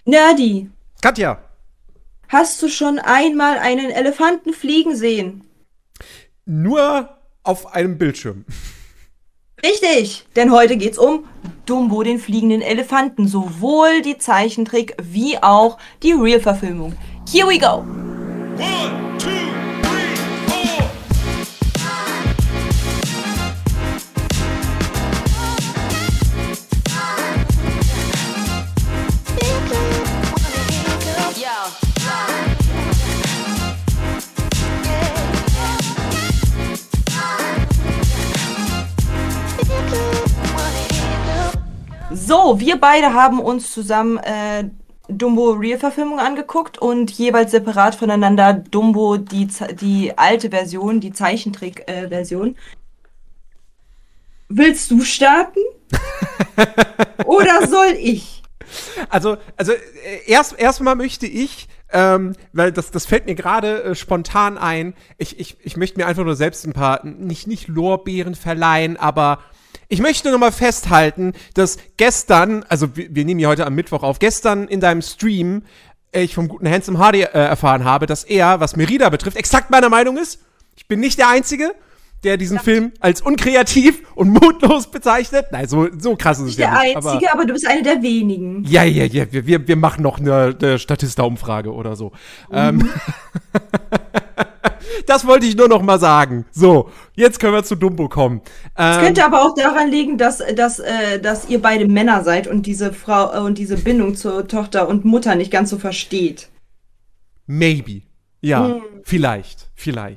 Nerdy, Katja, hast du schon einmal einen Elefanten fliegen sehen? nur auf einem Bildschirm. Richtig, denn heute geht's um Dumbo, den fliegenden Elefanten. Sowohl die Zeichentrick wie auch die Real-Verfilmung. Here we go! One, two, three, four. So, wir beide haben uns zusammen Dumbo Real-Verfilmung angeguckt und jeweils separat voneinander Dumbo, die alte Version, die Zeichentrick-Version. Willst du starten? Oder soll ich? Erstmal möchte ich, weil das fällt mir gerade spontan ein, ich möchte mir einfach nur selbst ein paar, nicht Lorbeeren verleihen, aber ich möchte noch mal festhalten, dass gestern, also wir nehmen hier heute am Mittwoch auf, gestern in deinem Stream ich vom guten Handsome Hardy erfahren habe, dass er, was Merida betrifft, exakt meiner Meinung ist. Ich bin nicht der Einzige, der diesen Film als unkreativ und mutlos bezeichnet. Nein, so krass ist es Nicht ja der nicht. Einzige, aber du bist eine der wenigen. Ja, wir machen noch eine Statista-Umfrage oder so. Das wollte ich nur noch mal sagen. So, jetzt können wir zu Dumbo kommen. Es könnte aber auch daran liegen, dass ihr beide Männer seid und diese Frau und diese Bindung zur Tochter und Mutter nicht ganz so versteht. Maybe. Ja, vielleicht.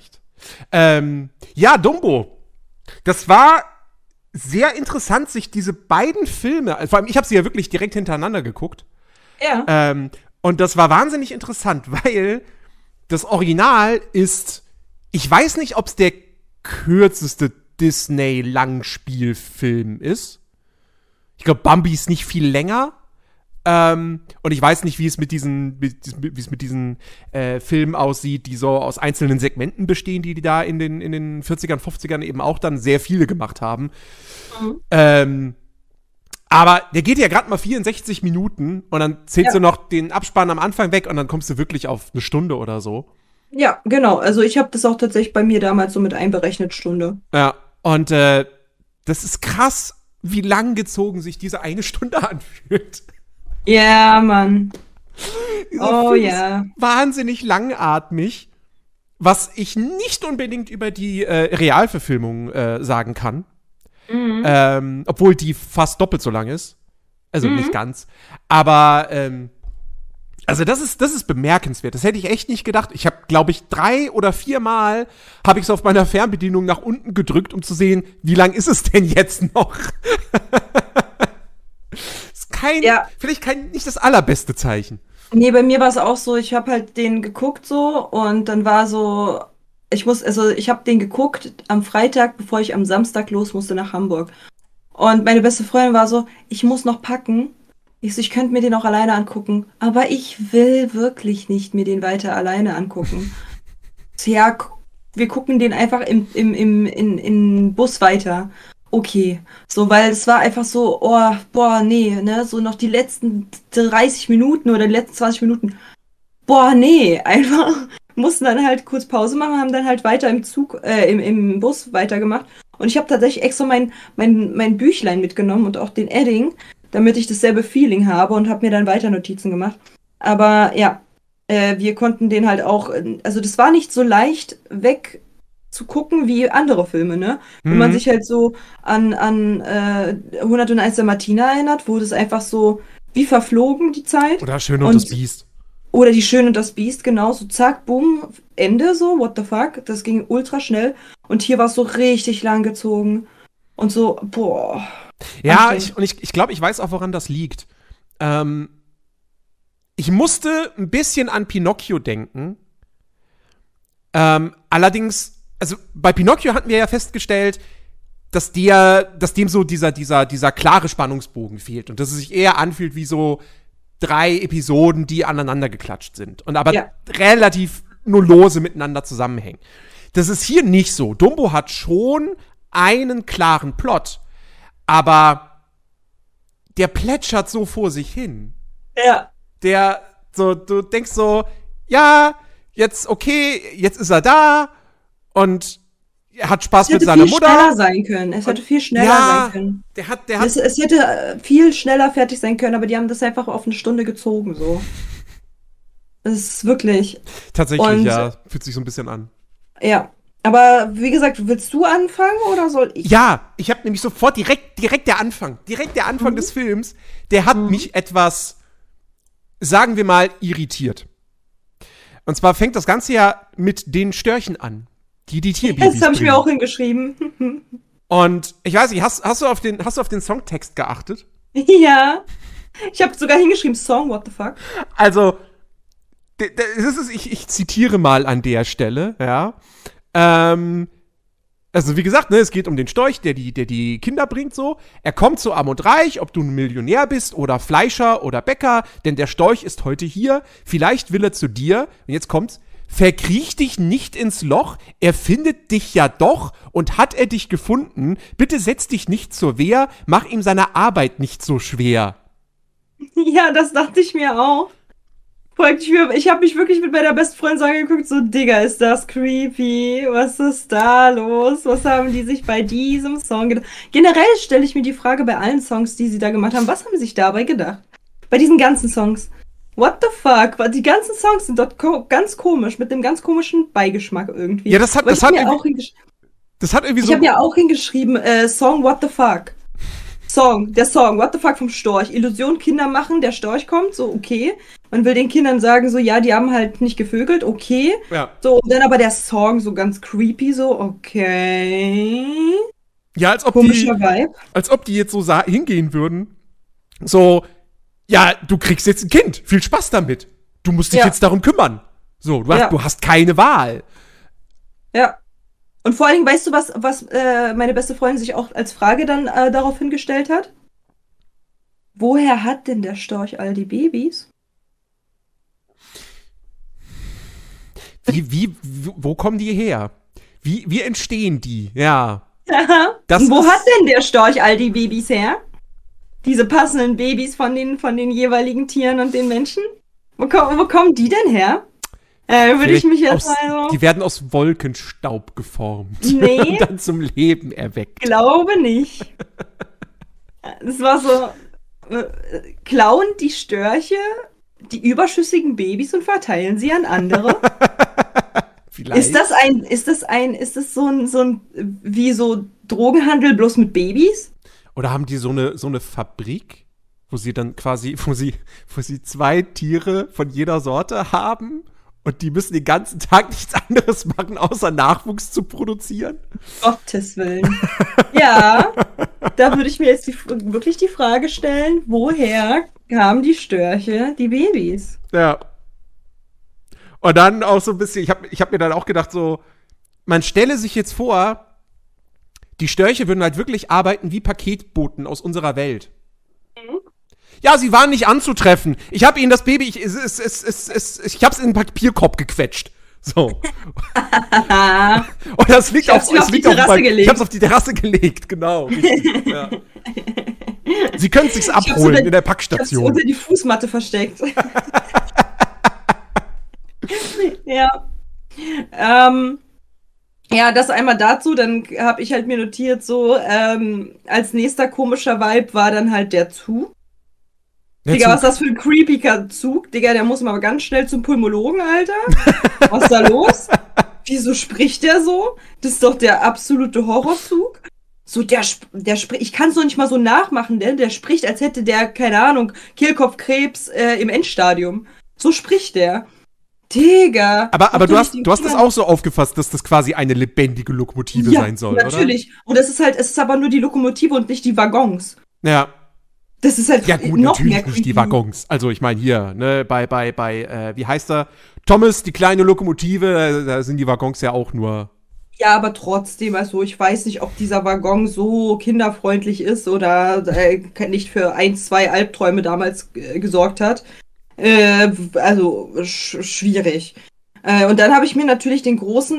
Ja, Dumbo. Das war sehr interessant, sich diese beiden Filme, vor allem ich habe sie ja wirklich direkt hintereinander geguckt. Ja. Und das war wahnsinnig interessant, weil das Original ist, ich weiß nicht, ob es der kürzeste Disney-Langspielfilm ist. Ich glaube, Bambi ist nicht viel länger. Und ich weiß nicht, wie es mit diesen Filmen aussieht, die so aus einzelnen Segmenten bestehen, die da in den 40ern, 50ern eben auch dann sehr viele gemacht haben. Aber der geht ja gerade mal 64 Minuten und dann zählst du noch den Abspann am Anfang weg und dann kommst du wirklich auf eine Stunde oder so. Ja, genau. Also ich habe das auch tatsächlich bei mir damals so mit einberechnet, Stunde. Ja, und das ist krass, wie lang gezogen sich diese eine Stunde anfühlt. Ja, Mann. Dieser Film ja. ist wahnsinnig langatmig, was ich nicht unbedingt über die Realverfilmung sagen kann. Obwohl die fast doppelt so lang ist. Also nicht ganz. Aber also das ist bemerkenswert. Das hätte ich echt nicht gedacht. Ich habe, glaube ich, 3 oder 4 Mal habe ich es auf meiner Fernbedienung nach unten gedrückt, um zu sehen, wie lang ist es denn jetzt noch? Ist vielleicht nicht das allerbeste Zeichen. Nee, bei mir war es auch so, ich habe halt den geguckt so und dann war so, ich habe den geguckt am Freitag, bevor ich am Samstag los musste nach Hamburg. Und meine beste Freundin war so, ich muss noch packen. Ich könnte mir den auch alleine angucken, aber ich will wirklich nicht mir den weiter alleine angucken. So, ja, wir gucken den einfach im Bus weiter. Okay, so, weil es war einfach so, oh, boah, nee, ne, so noch die letzten 30 Minuten oder die letzten 20 Minuten, boah, nee, einfach, mussten dann halt kurz Pause machen, haben dann halt weiter im Bus weitergemacht und ich habe tatsächlich extra mein Büchlein mitgenommen und auch den Edding, damit ich dasselbe Feeling habe und habe mir dann weiter Notizen gemacht, aber ja, wir konnten den halt auch, also das war nicht so leicht weg zu gucken wie andere Filme, ne? Wenn man sich halt so an 101 Dalmatiner erinnert, wo das einfach so wie verflogen die Zeit. Oder Schön und das Biest. Oder Die Schöne und das Biest, genau. So zack, bumm, Ende so, what the fuck. Das ging ultra schnell. Und hier war es so richtig lang gezogen. Und so, boah. Ja, ich glaube, ich weiß auch, woran das liegt. Ich musste ein bisschen an Pinocchio denken. Allerdings, also bei Pinocchio hatten wir ja festgestellt, dass dem so dieser klare Spannungsbogen fehlt und dass es sich eher anfühlt wie so 3 Episoden, die aneinander geklatscht sind und aber relativ nur lose miteinander zusammenhängen. Das ist hier nicht so. Dumbo hat schon einen klaren Plot, aber der plätschert so vor sich hin. Ja. der so, du denkst so, ja, jetzt okay, jetzt ist er da und er hat Spaß mit seiner Mutter. Es hätte viel schneller sein können. Es hätte viel schneller sein können. Es hätte viel schneller fertig sein können, aber die haben das einfach auf eine Stunde gezogen, so. Das ist wirklich. Tatsächlich, Und, ja. Fühlt sich so ein bisschen an. Ja. Aber wie gesagt, willst du anfangen oder soll ich? Ja, ich habe nämlich sofort direkt der Anfang des Films, der hat mich etwas, sagen wir mal, irritiert. Und zwar fängt das Ganze ja mit den Störchen an, die Tierbabys Das habe ich mir auch hingeschrieben. Und ich weiß nicht, hast du auf den Songtext geachtet? Ja. Ich habe sogar hingeschrieben, Song, what the fuck? Also, ich zitiere mal an der Stelle, ja. Also wie gesagt, ne, es geht um den Storch, der die Kinder bringt so. Er kommt zu Arm und Reich, ob du ein Millionär bist oder Fleischer oder Bäcker, denn der Storch ist heute hier. Vielleicht will er zu dir. Und jetzt kommt's. Verkriech dich nicht ins Loch, er findet dich ja doch und hat er dich gefunden. Bitte setz dich nicht zur Wehr, mach ihm seine Arbeit nicht so schwer. Ja, das dachte ich mir auch. Ich habe mich wirklich mit meiner besten Freundin so angeguckt, so, Digga, ist das creepy? Was ist da los? Was haben die sich bei diesem Song gedacht? Generell stelle ich mir die Frage bei allen Songs, die sie da gemacht haben, was haben sie sich dabei gedacht? Bei diesen ganzen Songs. What the fuck? Die ganzen Songs sind dort ganz komisch, mit einem ganz komischen Beigeschmack irgendwie. Ja, das hat irgendwie so. Ich habe ja auch hingeschrieben, Song What the fuck. Der Song, What the fuck vom Storch. Illusion, Kinder machen, der Storch kommt, so, okay. Man will den Kindern sagen, so, ja, die haben halt nicht gevögelt, okay. Ja. So, und dann aber der Song so ganz creepy, so, okay. Ja, als ob Komischer Vibe. Als ob die jetzt so hingehen würden. So, ja, du kriegst jetzt ein Kind. Viel Spaß damit. Du musst dich jetzt darum kümmern. So, du hast keine Wahl. Ja. Und vor allen Dingen, weißt du, was meine beste Freundin sich auch als Frage dann daraufhin gestellt hat? Woher hat denn der Storch all die Babys? Wo kommen die her? Wie entstehen die? Ja. Und wo hat denn der Storch all die Babys her? Diese passenden Babys von den jeweiligen Tieren und den Menschen? Wo kommen die denn her? Würde ich mich jetzt mal so... Die werden aus Wolkenstaub geformt. Nee. Und dann zum Leben erweckt. Glaube nicht. Es war so... klauen die Störche die überschüssigen Babys und verteilen sie an andere? Vielleicht. Ist das so ein wie so Drogenhandel bloß mit Babys? Oder haben die so eine Fabrik, wo sie dann quasi, wo sie 2 Tiere von jeder Sorte haben und die müssen den ganzen Tag nichts anderes machen, außer Nachwuchs zu produzieren? Gottes Willen. Ja, da würde ich mir jetzt wirklich die Frage stellen, woher haben die Störche die Babys? Ja. Und dann auch so ein bisschen, ich hab mir dann auch gedacht, so, man stelle sich jetzt vor, die Störche würden halt wirklich arbeiten wie Paketboten aus unserer Welt. Mhm. Ja, sie waren nicht anzutreffen. Ich habe ihnen das Baby, ich hab's in den Papierkorb gequetscht. So. Und das liegt auf die Terrasse gelegt. Ich hab's auf die Terrasse gelegt, genau. Richtig, ja. Sie können es sich abholen in der Packstation. Ich hab's unter die Fußmatte versteckt. Ja. Ja, das einmal dazu, dann habe ich halt mir notiert, so, als nächster komischer Vibe war dann halt der Zug. Digga, was ist das für ein creepy Zug? Digga, der muss mal ganz schnell zum Pulmologen, Alter. Was ist da los? Wieso spricht der so? Das ist doch der absolute Horrorzug. So, der spricht, ich kann es noch nicht mal so nachmachen, denn der spricht, als hätte der, keine Ahnung, Kehlkopfkrebs im Endstadium. So spricht der. Digga. Aber du hast das auch so aufgefasst, dass das quasi eine lebendige Lokomotive sein soll, oder? Ja, natürlich. Und es ist aber nur die Lokomotive und nicht die Waggons. Ja. Das ist halt ja, gut, noch natürlich mehr nicht die Waggons. Also ich meine hier, ne, bei wie heißt er? Thomas, die kleine Lokomotive, da sind die Waggons ja auch nur. Ja, aber trotzdem, also ich weiß nicht, ob dieser Waggon so kinderfreundlich ist oder nicht für 1, 2 Albträume damals gesorgt hat. Also schwierig. Und dann habe ich mir natürlich den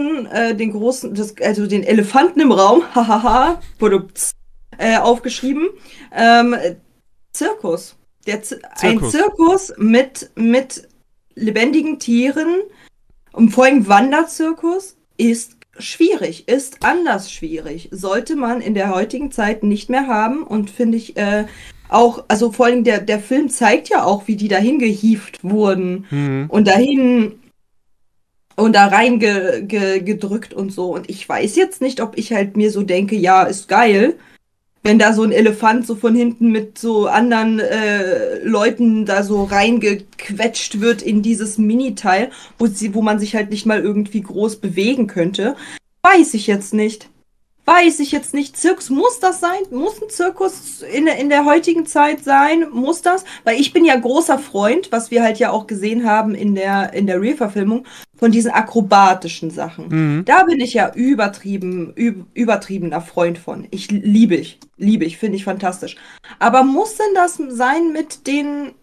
Elefanten im Raum, hahaha, aufgeschrieben. Zirkus. Ein Zirkus mit lebendigen Tieren, und vor allem Wanderzirkus, ist schwierig, ist anders schwierig. Sollte man in der heutigen Zeit nicht mehr haben und finde ich auch, also vor allem der Film zeigt ja auch, wie die dahin gehievt wurden und dahin und da rein gedrückt und so. Und ich weiß jetzt nicht, ob ich halt mir so denke, ja, ist geil, wenn da so ein Elefant so von hinten mit so anderen Leuten da so reingequetscht wird in dieses Mini-Teil, wo man sich halt nicht mal irgendwie groß bewegen könnte. Weiß ich jetzt nicht. Weiß ich jetzt nicht. Zirkus, muss das sein? Muss ein Zirkus in der heutigen Zeit sein? Muss das? Weil ich bin ja großer Freund, was wir halt ja auch gesehen haben in der Real-Verfilmung, von diesen akrobatischen Sachen. Da bin ich ja übertriebener Freund von. Liebe ich, finde ich fantastisch. Aber muss denn das sein mit den,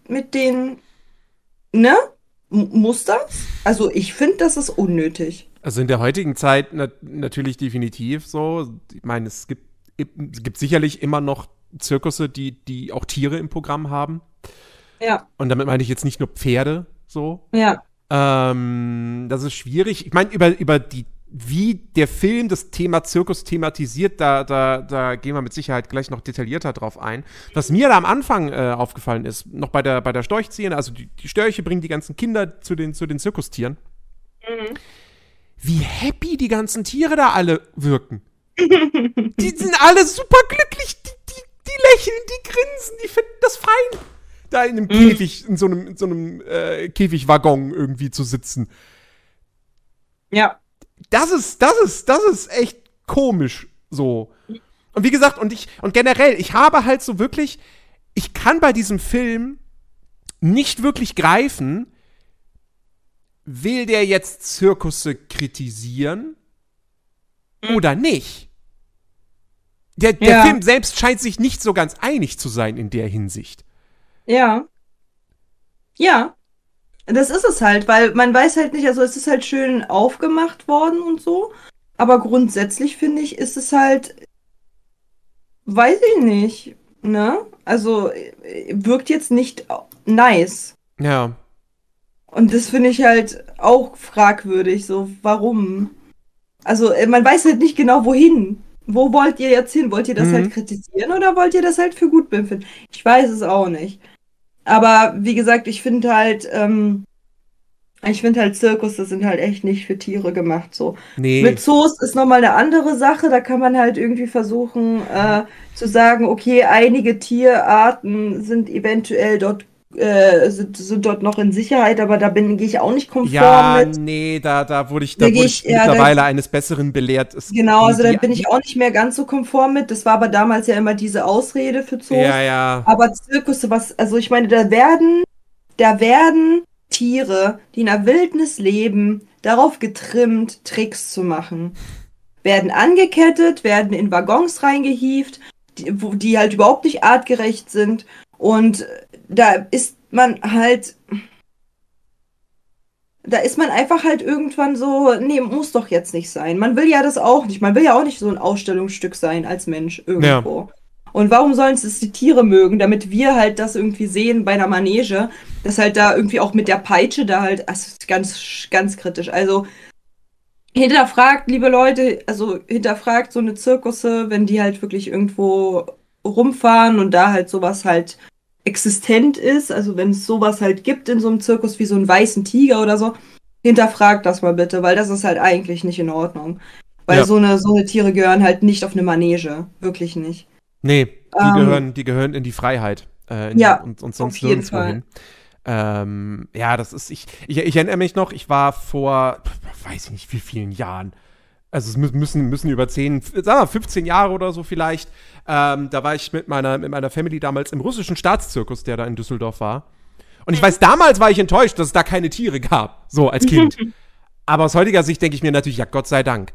ne? Muss das? Also ich finde, das ist unnötig. Also in der heutigen Zeit natürlich definitiv so. Ich meine, es gibt sicherlich immer noch Zirkusse, die auch Tiere im Programm haben. Ja. Und damit meine ich jetzt nicht nur Pferde so. Ja. Das ist schwierig. Ich meine, wie der Film das Thema Zirkus thematisiert, da gehen wir mit Sicherheit gleich noch detaillierter drauf ein. Was mir da am Anfang aufgefallen ist, noch bei der Storchszene, also die Störche bringen die ganzen Kinder zu den Zirkustieren. Wie happy die ganzen Tiere da alle wirken. Die sind alle super glücklich, die lächeln, die grinsen, die finden das fein, da in einem Käfig, in so einem Käfigwaggon irgendwie zu sitzen. Ja. Das ist echt komisch so. Und wie gesagt, und generell, ich habe halt so wirklich, ich kann bei diesem Film nicht wirklich greifen, will der jetzt Zirkusse kritisieren oder nicht? Der Film selbst scheint sich nicht so ganz einig zu sein in der Hinsicht. Ja. Ja. Das ist es halt, weil man weiß halt nicht, also es ist halt schön aufgemacht worden und so, aber grundsätzlich finde ich, ist es halt, weiß ich nicht, ne? Also wirkt jetzt nicht nice. Ja. Und das finde ich halt auch fragwürdig, so warum? Also man weiß halt nicht genau wohin. Wo wollt ihr jetzt hin? Wollt ihr das halt kritisieren oder wollt ihr das halt für gut befinden? Ich weiß es auch nicht. Aber wie gesagt, ich finde halt Zirkus, das sind halt echt nicht für Tiere gemacht, so. Nee. Mit Zoos ist nochmal eine andere Sache, da kann man halt irgendwie versuchen zu sagen, okay, einige Tierarten sind eventuell dort sind dort noch in Sicherheit, aber da gehe ich auch nicht konform mit. Nee, da wurde ich mittlerweile eines Besseren belehrt. Genau, also da bin ich auch nicht mehr ganz so konform mit. Das war aber damals ja immer diese Ausrede für Zoos. Ja. Aber Zirkus, also ich meine, da werden Tiere, die in der Wildnis leben, darauf getrimmt, Tricks zu machen. Werden angekettet, werden in Waggons reingehievt, die halt überhaupt nicht artgerecht sind. Und da ist man einfach halt irgendwann so, nee, muss doch jetzt nicht sein. Man will ja das auch nicht. Man will ja auch nicht so ein Ausstellungsstück sein als Mensch irgendwo. Ja. Und warum sollen es die Tiere mögen? Damit wir halt das irgendwie sehen bei einer Manege, dass halt da irgendwie auch mit der Peitsche da halt, also ganz, ganz kritisch. Also hinterfragt, liebe Leute, also hinterfragt so eine Zirkusse, wenn die halt wirklich irgendwo rumfahren und da halt sowas halt existent ist, also wenn es sowas halt gibt in so einem Zirkus wie so einen weißen Tiger oder so, hinterfragt das mal bitte, weil das ist halt eigentlich nicht in Ordnung. Weil so eine Tiere gehören halt nicht auf eine Manege. Wirklich nicht. Nee, die gehören in die Freiheit. Und sonst nirgendwo hin. Das ist, ich erinnere mich noch, ich war vor, weiß ich nicht wie vielen Jahren, also es müssen über 15 Jahre oder so vielleicht, da war ich mit meiner Family damals im russischen Staatszirkus, der da in Düsseldorf war. Und ich weiß, damals war ich enttäuscht, dass es da keine Tiere gab, so als Kind. Aber aus heutiger Sicht denke ich mir natürlich, ja, Gott sei Dank.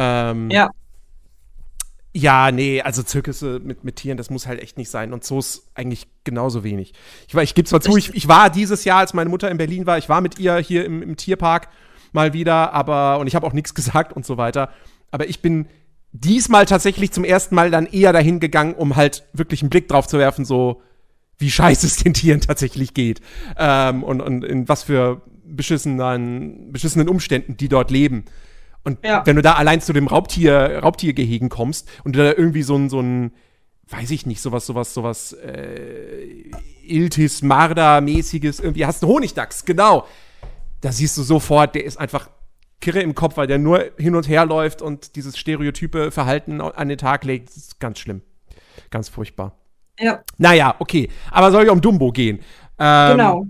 Ja, nee, also Zirkusse mit Tieren, das muss halt echt nicht sein. Und Zoos eigentlich genauso wenig. Ich gebe zwar zu, ich war dieses Jahr, als meine Mutter in Berlin war, ich war mit ihr hier im Tierpark mal wieder, und ich habe auch nichts gesagt und so weiter. Aber ich bin diesmal tatsächlich zum ersten Mal dann eher dahin gegangen, um halt wirklich einen Blick drauf zu werfen, so, wie scheiße es den Tieren tatsächlich geht. Und in was für beschissenen Umständen die dort leben. Und wenn du da allein zu dem Raubtiergehegen kommst und du da irgendwie so ein weiß ich nicht, sowas Iltis Marder-mäßiges irgendwie hast, einen Honigdachs, genau. Da siehst du sofort, der ist einfach Kirre im Kopf, weil der nur hin und her läuft und dieses stereotype Verhalten an den Tag legt. Das ist ganz schlimm. Ganz furchtbar. Ja. Naja, okay. Aber soll ja um Dumbo gehen. Genau.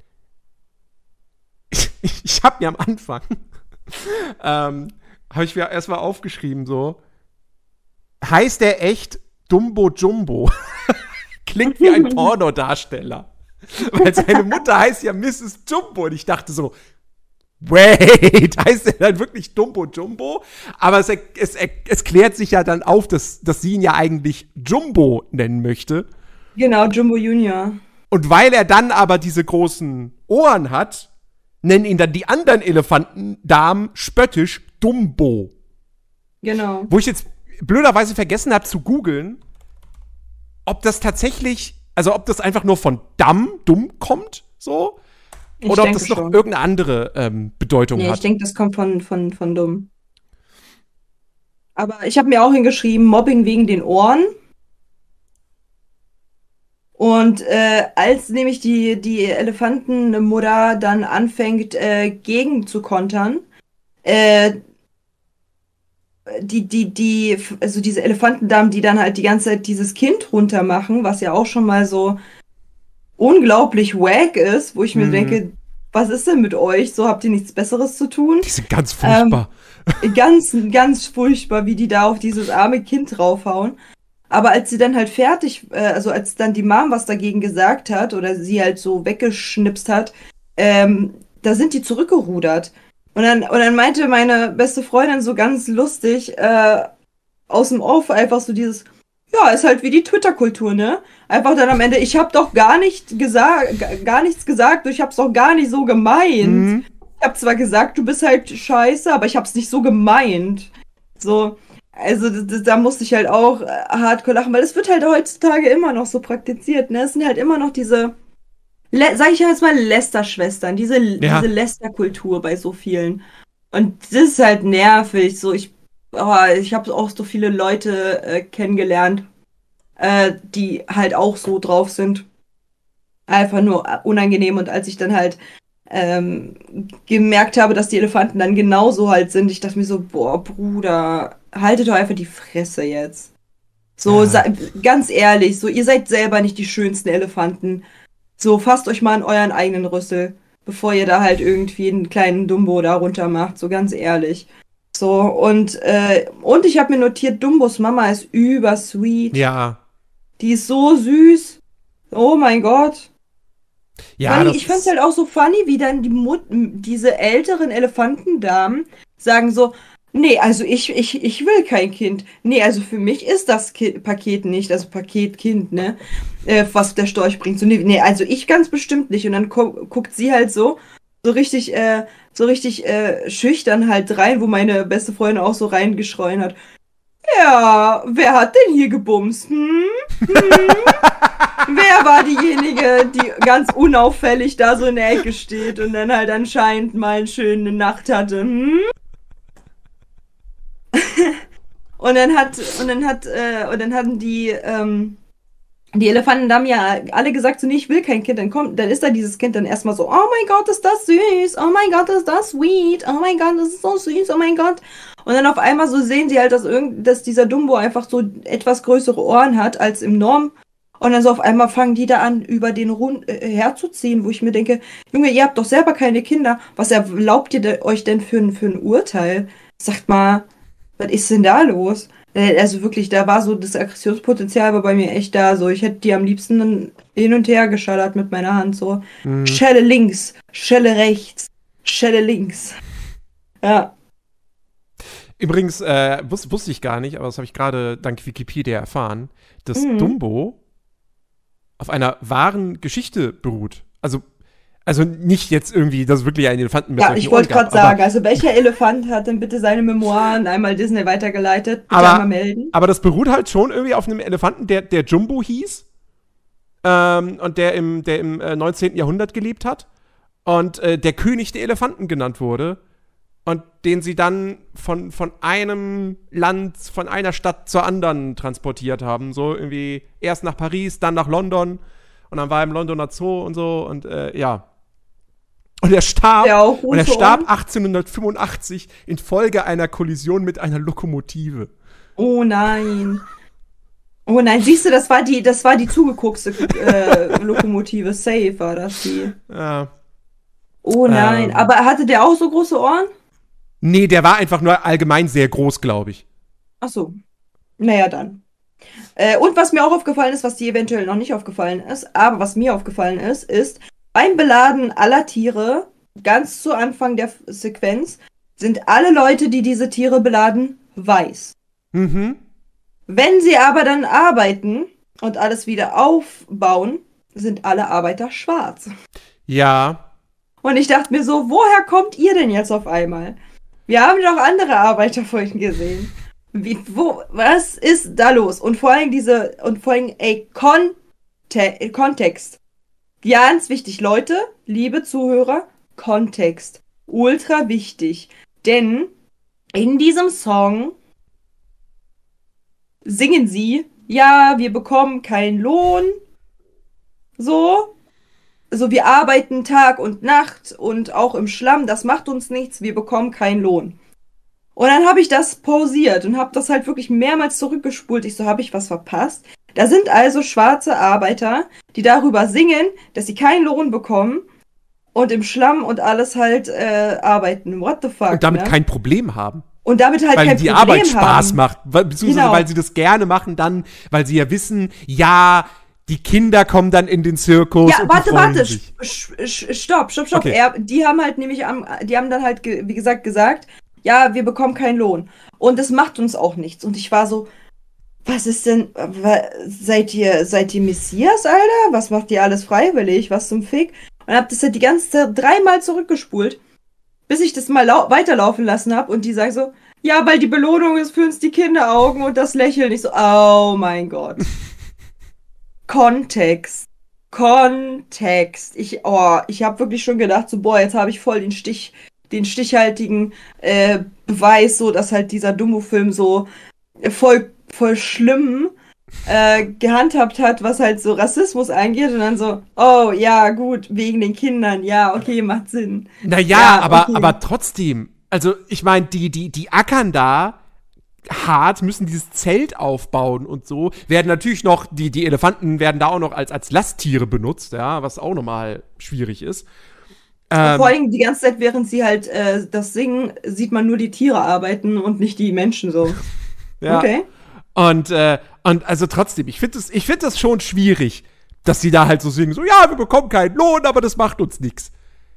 Ich habe mir am Anfang habe ich mir erstmal aufgeschrieben, so heißt der echt Dumbo Jumbo? Klingt wie ein Pornodarsteller. Weil seine Mutter heißt ja Mrs. Jumbo. Und ich dachte so, wait, heißt er dann wirklich Dumbo Jumbo? Aber es klärt sich ja dann auf, dass sie ihn ja eigentlich Jumbo nennen möchte. Genau, Jumbo Junior. Und weil er dann aber diese großen Ohren hat, nennen ihn dann die anderen Elefantendamen spöttisch Dumbo. Genau. Wo ich jetzt blöderweise vergessen habe zu googeln, ob das tatsächlich, also ob das einfach nur von dumm kommt, so, oder ob das noch irgendeine andere Bedeutung hat. Ich denke, das kommt von dumm. Aber ich habe mir auch hingeschrieben, Mobbing wegen den Ohren. Und als nämlich die Elefantenmutter dann anfängt, gegen zu kontern, also diese Elefantendamen, die dann halt die ganze Zeit dieses Kind runter machen, was ja auch schon mal so unglaublich wack ist, wo ich mir denke, was ist denn mit euch? So, habt ihr nichts Besseres zu tun? Die sind ganz furchtbar. Ganz furchtbar, wie die da auf dieses arme Kind draufhauen. Aber als sie dann halt also als dann die Mom was dagegen gesagt hat oder sie halt so weggeschnipst hat, da sind die zurückgerudert. Und dann meinte meine beste Freundin so ganz lustig aus dem Off einfach so dieses, ja, ist halt wie die Twitter-Kultur, ne? Einfach dann am Ende, ich hab doch gar nichts gesagt, ich hab's doch gar nicht so gemeint. Ich hab zwar gesagt, du bist halt scheiße, aber ich hab's nicht so gemeint. So, also da musste ich halt auch hardcore lachen, weil es wird halt heutzutage immer noch so praktiziert, ne? Es sind halt immer noch diese, sag ich jetzt mal, Lästerschwestern, diese Lästerkultur bei so vielen. Und das ist halt nervig. So, ich habe auch so viele Leute kennengelernt, die halt auch so drauf sind. Einfach nur unangenehm. Und als ich dann halt gemerkt habe, dass die Elefanten dann genauso halt sind, ich dachte mir so, boah, Bruder, haltet doch einfach die Fresse jetzt. So, ganz ehrlich, so, ihr seid selber nicht die schönsten Elefanten. So, fasst euch mal an euren eigenen Rüssel, bevor ihr da halt irgendwie einen kleinen Dumbo da runter macht, so ganz ehrlich. So, und ich habe mir notiert, Dumbos Mama ist übersweet. Ja. Die ist so süß. Oh mein Gott. Ja, funny, ich fand's halt auch so funny, wie dann diese älteren Elefantendamen sagen so, nee, also ich will kein Kind. Nee, also für mich ist das Paket nicht, also Paketkind, ne? Was der Storch bringt. So, nee, also ich ganz bestimmt nicht. Und dann guckt sie halt so richtig schüchtern halt rein, wo meine beste Freundin auch so reingeschreien hat. Ja, wer hat denn hier gebumst? Wer war diejenige, die ganz unauffällig da so in der Ecke steht und dann halt anscheinend mal eine schöne Nacht hatte? Und dann hatten die Elefantendamen ja alle gesagt, so, nee, ich will kein Kind. Dann ist da dieses Kind dann erstmal so, oh mein Gott, ist das süß, oh mein Gott, ist das sweet, oh mein Gott, das ist so süß, oh mein Gott. Und dann auf einmal so sehen sie halt, dass dieser Dumbo einfach so etwas größere Ohren hat als im Norm. Und dann so auf einmal fangen die da an, über den herzuziehen, wo ich mir denke, Junge, ihr habt doch selber keine Kinder. Was erlaubt ihr euch denn für ein Urteil? Sagt mal, was ist denn da los? Also wirklich, da war so, das Aggressionspotenzial war bei mir echt da. So, ich hätte die am liebsten dann hin und her geschallert mit meiner Hand. So, Schelle links, Schelle rechts, Schelle links. Ja. Übrigens, wusste ich gar nicht, aber das habe ich gerade dank Wikipedia erfahren, dass Dumbo auf einer wahren Geschichte beruht. Also nicht jetzt irgendwie, dass wirklich ein Elefanten mit solchen ich wollte Ohren gab, gerade sagen, also welcher Elefant hat denn bitte seine Memoiren einmal Disney weitergeleitet? Bitte einmal melden. Aber das beruht halt schon irgendwie auf einem Elefanten, der Jumbo hieß. und der im 19. Jahrhundert gelebt hat und der König der Elefanten genannt wurde und den sie dann von einem Land, von einer Stadt zur anderen transportiert haben. So irgendwie erst nach Paris, dann nach London und dann war er im Londoner Zoo und so und ja. Und er starb, Ja, auch und er gute starb Ohren. 1885 infolge einer Kollision mit einer Lokomotive. Oh nein. Oh nein, siehst du, das war die zugeguckste Lokomotive. Safe war das die. Ja. Oh nein. Aber hatte der auch so große Ohren? Nee, der war einfach nur allgemein sehr groß, glaube ich. Ach so. Naja, dann. Und was mir auch aufgefallen ist, was dir eventuell noch nicht aufgefallen ist, aber was mir aufgefallen ist, beim Beladen aller Tiere, ganz zu Anfang der Sequenz, sind alle Leute, die diese Tiere beladen, weiß. Mhm. Wenn sie aber dann arbeiten und alles wieder aufbauen, sind alle Arbeiter schwarz. Ja. Und ich dachte mir so, woher kommt ihr denn jetzt auf einmal? Wir haben doch andere Arbeiter vorhin gesehen. Was ist da los? Und vor allem Kontext. Ganz wichtig, Leute, liebe Zuhörer, Kontext. Ultra wichtig. Denn in diesem Song singen sie, ja, wir bekommen keinen Lohn. So, wir arbeiten Tag und Nacht und auch im Schlamm, das macht uns nichts, wir bekommen keinen Lohn. Und dann habe ich das pausiert und habe das halt wirklich mehrmals zurückgespult. Ich so, habe ich was verpasst? Da sind also schwarze Arbeiter, die darüber singen, dass sie keinen Lohn bekommen und im Schlamm und alles halt arbeiten. What the fuck? Und damit ne? kein Problem haben. Und damit halt Weil kein die Problem Arbeit Spaß haben. macht. Beziehungsweise Genau. weil sie das gerne machen dann, weil sie ja wissen, ja, die Kinder kommen dann in den Zirkus Ja, und die freuen warte, sich. stopp. Okay. Die haben halt nämlich, die haben dann halt, wie gesagt, ja, wir bekommen keinen Lohn. Und das macht uns auch nichts. Und ich war so, was ist denn, seid ihr Messias, Alter? Was macht ihr alles freiwillig? Was zum Fick? Und hab das halt die ganze Zeit 3-mal zurückgespult, bis ich das mal weiterlaufen lassen hab und die sagen so, ja, weil die Belohnung ist für uns die Kinderaugen und das Lächeln. Ich so, oh mein Gott. Kontext. Ich habe wirklich schon gedacht, so, boah, jetzt habe ich voll den stichhaltigen Beweis, so, dass halt dieser Dummo-Film so voll schlimm gehandhabt hat, was halt so Rassismus angeht. Und dann so, oh, ja, gut, wegen den Kindern, ja, okay, macht Sinn. Naja, Ja, aber, okay. aber trotzdem, also ich meine, die ackern da hart, müssen dieses Zelt aufbauen und so, werden natürlich noch, die Elefanten werden da auch noch als Lasttiere benutzt, ja, was auch nochmal schwierig ist. Vor allem die ganze Zeit, während sie halt das singen, sieht man nur die Tiere arbeiten und nicht die Menschen so. Ja. Okay. Und also trotzdem, ich finde das schon schwierig, dass sie da halt so singen, so, ja, wir bekommen keinen Lohn, aber das macht uns nichts.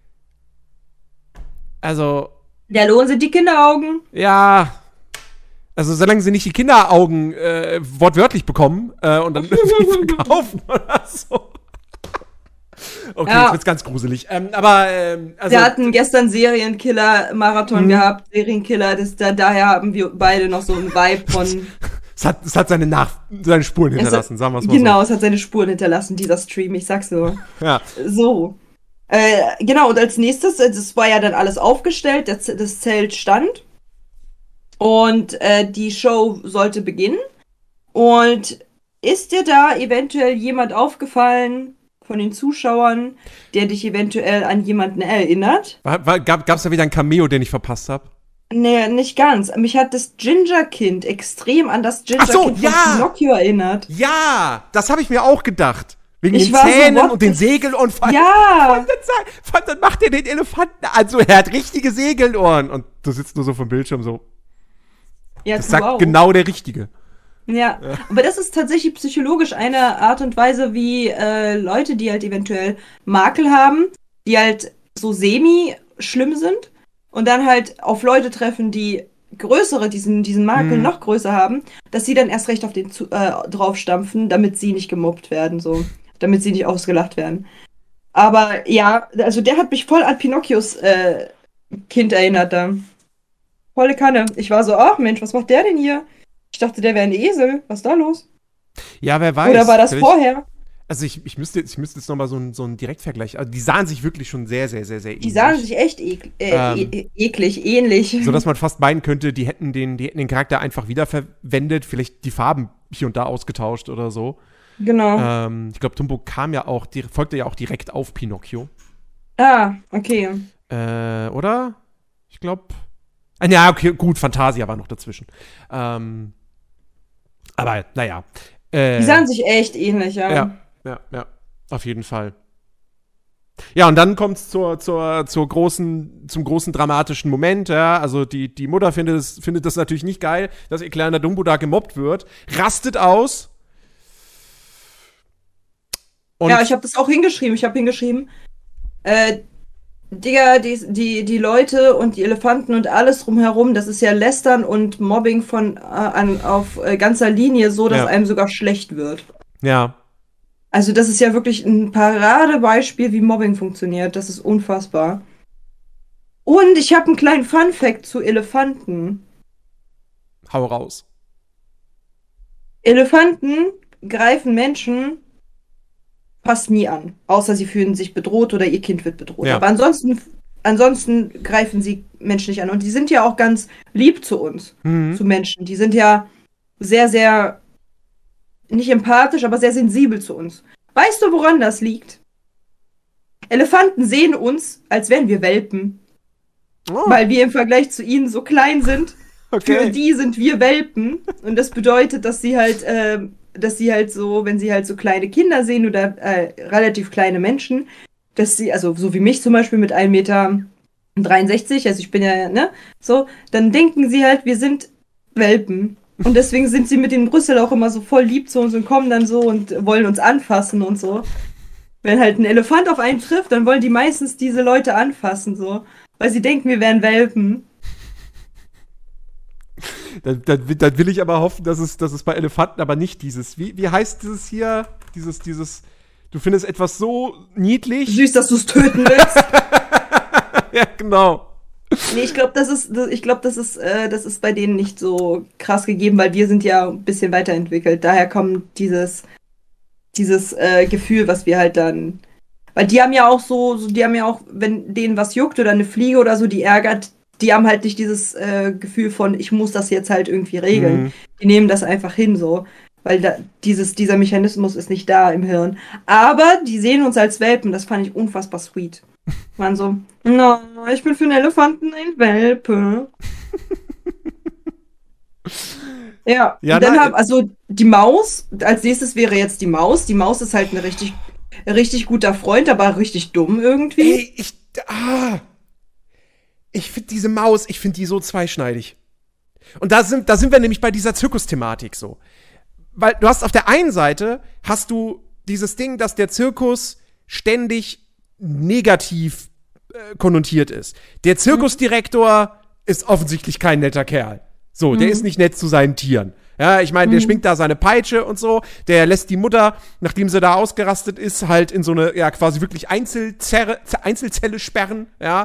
Also, Der Lohn sind die Kinderaugen. ja, also solange sie nicht die Kinderaugen wortwörtlich bekommen und dann irgendwie verkaufen oder so. Okay, Ja. jetzt wird's ganz gruselig. Also, Wir hatten gestern Serienkiller-Marathon gehabt, Serienkiller, daher haben wir beide noch so einen Vibe von. es hat seine Spuren hinterlassen, sagen wir es mal Genau, es hat seine Spuren hinterlassen, dieser Stream, ich sag's nur. so. Ja. So. Genau, und als nächstes, das war ja dann alles aufgestellt, das Zelt stand. Und die Show sollte beginnen. Und ist dir da eventuell jemand aufgefallen von den Zuschauern, der dich eventuell an jemanden erinnert? Gab's da wieder ein Cameo, den ich verpasst habe? Nee, nicht ganz. Mich hat das Ginger-Kind extrem an das Ach so, Ginger-Kind ja! von Pinocchio erinnert. Ja, das habe ich mir auch gedacht. Wegen Ich den war so, Zähnen what und den the- Segeln und Ja! dann macht er den Elefanten. Also er hat richtige Segelohren. Und du sitzt nur so vom Bildschirm so. Ja, Das du sagt auch. genau der Richtige. Ja, aber das ist tatsächlich psychologisch eine Art und Weise, wie Leute, die halt eventuell Makel haben, die halt so semi-schlimm sind und dann halt auf Leute treffen, die diesen Makel noch größer haben, dass sie dann erst recht auf den draufstampfen, damit sie nicht gemobbt werden, so, damit sie nicht ausgelacht werden. Aber ja, also der hat mich voll an Pinocchios Kind erinnert da. Volle Kanne. Ich war so, ach Mensch, was macht der denn hier? Ich dachte, der wäre ein Esel. Was ist da los? Ja, wer weiß. Oder war das Vielleicht- vorher? Also ich müsste jetzt noch mal so einen Direktvergleich. Also die sahen sich wirklich schon sehr, sehr, sehr, sehr ähnlich. Die sahen sich echt eklig, ähnlich. So dass man fast meinen könnte, die hätten den Charakter einfach wiederverwendet, vielleicht die Farben hier und da ausgetauscht oder so. Genau. Ich glaube, Dumbo folgte ja auch direkt auf Pinocchio. Ah, okay. Oder? Ich glaube. Ja, okay, gut, Fantasia war noch dazwischen. Aber, naja. Die sahen sich echt ähnlich, ja. Ja, auf jeden Fall. Ja, und dann kommt es zum großen dramatischen Moment, ja. Also die Mutter findet das natürlich nicht geil, dass ihr kleiner Dumbo da gemobbt wird, rastet aus. Und Ja, ich habe das auch hingeschrieben. Digga, die Leute und die Elefanten und alles drumherum, das ist ja Lästern und Mobbing auf ganzer Linie so, dass Ja. einem sogar schlecht wird. ja, Also das ist ja wirklich ein Paradebeispiel, wie Mobbing funktioniert. Das ist unfassbar. Und ich habe einen kleinen Fun-Fact zu Elefanten. hau raus. Elefanten greifen Menschen fast nie an, außer sie fühlen sich bedroht oder ihr Kind wird bedroht. Ja. Aber ansonsten greifen sie Menschen nicht an. Und die sind ja auch ganz lieb zu uns, zu Menschen. Die sind ja sehr, sehr, nicht empathisch, aber sehr sensibel zu uns. Weißt du, woran das liegt? Elefanten sehen uns, als wären wir Welpen, Oh, weil wir im Vergleich zu ihnen so klein sind. Für okay. die sind wir Welpen. Und das bedeutet, dass sie halt so, wenn sie halt so kleine Kinder sehen oder relativ kleine Menschen, dass sie, also so wie mich zum Beispiel mit 1,63 Meter, also ich bin ja, ne, so, dann denken sie halt, wir sind Welpen. Und deswegen sind sie mit den Brüssel auch immer so voll lieb zu uns und kommen dann so und wollen uns anfassen und so. Wenn halt ein Elefant auf einen trifft, dann wollen die meistens diese Leute anfassen, so. Weil sie denken, wir wären Welpen. Dann will ich aber hoffen, dass es bei Elefanten aber nicht wie heißt dieses hier? Du findest etwas so niedlich. Süß, dass du es töten willst. Ja, genau. Nee, ich glaube, das ist bei denen nicht so krass gegeben, weil wir sind ja ein bisschen weiterentwickelt. Daher kommt dieses Gefühl, was wir halt dann. Weil die haben ja auch die haben ja auch, wenn denen was juckt oder eine Fliege oder so, die ärgert, die haben halt nicht dieses Gefühl von, ich muss das jetzt halt irgendwie regeln. Mhm. Die nehmen das einfach hin so. Weil dieser Mechanismus ist nicht da im Hirn. Aber die sehen uns als Welpen, das fand ich unfassbar sweet. Waren so, no, ich bin für einen Elefanten ein Welpe. Ja, Ja, und dann also die Maus, als nächstes wäre jetzt die Maus. Die Maus ist halt ein richtig guter Freund, aber richtig dumm irgendwie. Ey, ich finde diese Maus, ich finde die so zweischneidig. Und da sind wir nämlich bei dieser Zirkusthematik so. Weil du hast auf der einen Seite hast du dieses Ding, dass der Zirkus ständig negativ konnotiert ist. Der Zirkusdirektor ist offensichtlich kein netter Kerl. So, der ist nicht nett zu seinen Tieren. Ja, ich meine, der schwingt da seine Peitsche und so. Der lässt die Mutter, nachdem sie da ausgerastet ist, halt in so eine, ja, quasi wirklich Einzelzelle sperren. Ja,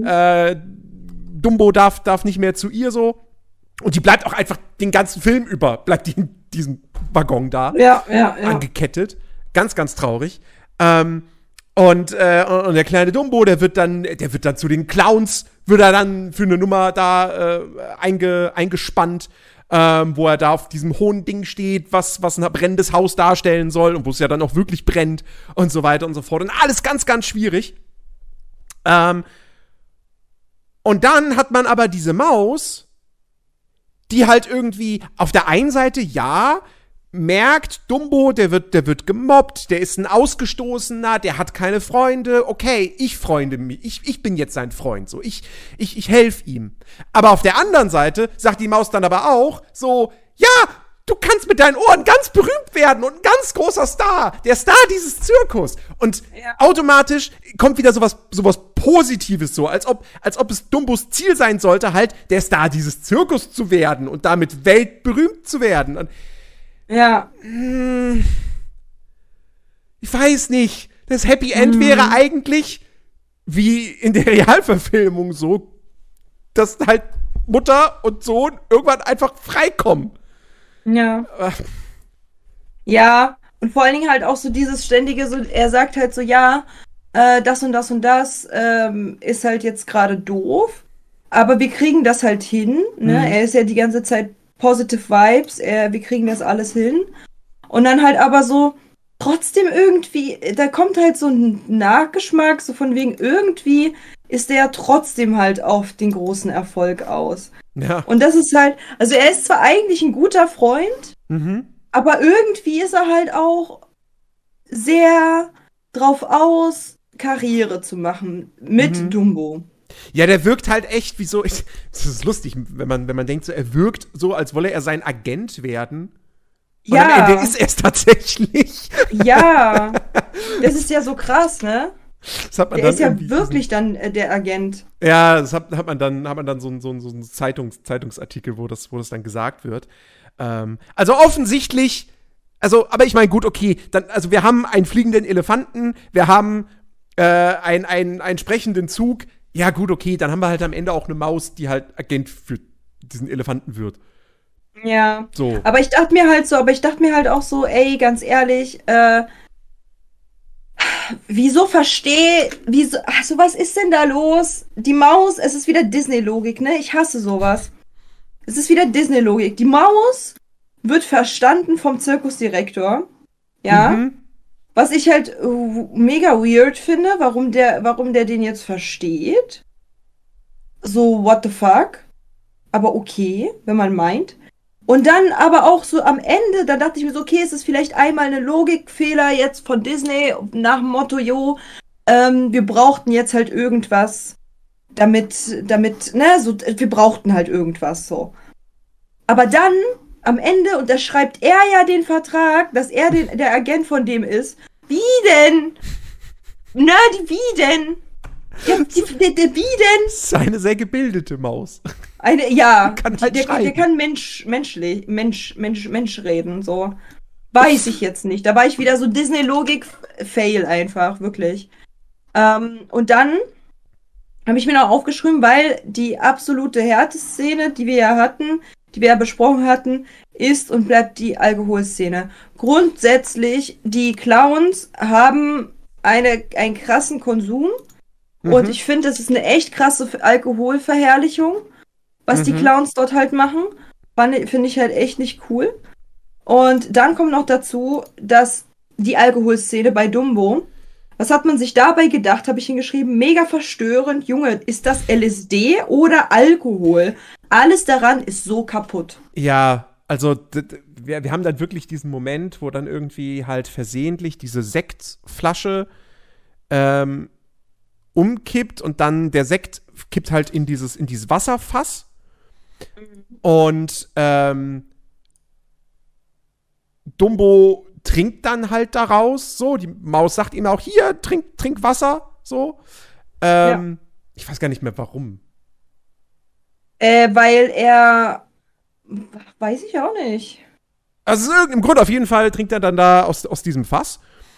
Dumbo darf nicht mehr zu ihr so. Und die bleibt auch einfach den ganzen Film über, bleibt die in diesem Waggon da. Ja. Angekettet. Ganz, ganz traurig. Und der kleine Dumbo, der wird dann zu den Clowns, wird er dann für eine Nummer da eingespannt, wo er da auf diesem hohen Ding steht, was ein brennendes Haus darstellen soll und wo es ja dann auch wirklich brennt und so weiter und so fort. Und alles ganz, ganz schwierig. Und dann hat man aber diese Maus, die halt irgendwie auf der einen Seite, ja, merkt, Dumbo, der wird gemobbt, der ist ein Ausgestoßener, der hat keine Freunde, okay, ich freunde mich, ich bin jetzt sein Freund, so, ich helfe ihm. Aber auf der anderen Seite sagt die Maus dann aber auch so, ja, du kannst mit deinen Ohren ganz berühmt werden und ein ganz großer Star, der Star dieses Zirkus. Und automatisch kommt wieder sowas Positives so, als ob es Dumbos Ziel sein sollte, halt der Star dieses Zirkus zu werden und damit weltberühmt zu werden. Und ja. Ich weiß nicht. Das Happy End wäre eigentlich, wie in der Realverfilmung so, dass halt Mutter und Sohn irgendwann einfach freikommen. Ja. Ja, Und vor allen Dingen halt auch so dieses ständige, so, er sagt halt so, ja, das und das und das ist halt jetzt gerade doof, aber wir kriegen das halt hin, ne? Er ist ja die ganze Zeit positive Vibes, wir kriegen das alles hin. Und dann halt aber so, trotzdem irgendwie, da kommt halt so ein Nachgeschmack, so von wegen irgendwie ist der ja trotzdem halt auf den großen Erfolg aus. Ja. Und das ist halt, also er ist zwar eigentlich ein guter Freund, aber irgendwie ist er halt auch sehr drauf aus, Karriere zu machen mit Dumbo. Ja, der wirkt halt echt wie so. Das ist lustig, wenn man denkt, so, er wirkt so, als wolle er sein Agent werden. Und am Ende ist er es tatsächlich. Ja, das ist ja so krass, ne? Das hat man Der dann ist ja irgendwie wirklich dann der Agent. Ja, das hat man dann so einen Zeitungsartikel, wo das dann gesagt wird. Also offensichtlich, aber ich meine, gut, okay, also wir haben einen fliegenden Elefanten, wir haben einen sprechenden Zug. Ja, gut, okay, dann haben wir halt am Ende auch eine Maus, die halt Agent für diesen Elefanten wird. Ja. So. Aber ich dachte mir halt auch so, ey, ganz ehrlich, also was ist denn da los? Die Maus, es ist wieder Disney-Logik, ne? Ich hasse sowas. Es ist wieder Disney-Logik. Die Maus wird verstanden vom Zirkusdirektor. Ja. Was ich halt mega weird finde, warum der den jetzt versteht. So, what the fuck? Aber okay, wenn man meint. Und dann aber auch so am Ende, da dachte ich mir so, okay, es ist vielleicht einmal eine Logikfehler jetzt von Disney nach dem Motto, jo, wir brauchten jetzt halt irgendwas, damit, ne, so, wir brauchten halt irgendwas so. Aber dann, am Ende, unterschreibt er ja den Vertrag, dass er der Agent von dem ist. Wie denn? Nerdy, wie denn? Ja, wie denn? Das ist eine sehr gebildete Maus. Ja, Kann halt der schreiben. kann Mensch reden, so. Weiß ich jetzt nicht. Da war ich wieder so Disney-Logik-Fail einfach, wirklich. Und dann habe ich mir noch aufgeschrieben, weil die absolute Härteszene, die wir ja hatten, die wir ja besprochen hatten, ist und bleibt die Alkoholszene. Grundsätzlich, die Clowns haben einen krassen Konsum und ich finde, das ist eine echt krasse Alkoholverherrlichung, was die Clowns dort halt machen. Finde ich halt echt nicht cool. Und dann kommt noch dazu, dass die Alkoholszene bei Dumbo, was hat man sich dabei gedacht, habe ich hingeschrieben, mega verstörend. Junge, ist das LSD oder Alkohol? Alles daran ist so kaputt. Ja, also wir haben dann wirklich diesen Moment, wo dann irgendwie halt versehentlich diese Sektflasche umkippt und dann der Sekt kippt halt in dieses Wasserfass. Und Dumbo trinkt dann halt daraus, so. Die Maus sagt ihm auch, hier, trink Wasser, so. Ich weiß gar nicht mehr, warum. Weil er, weiß ich auch nicht. Also im Grunde auf jeden Fall trinkt er dann da aus diesem Fass.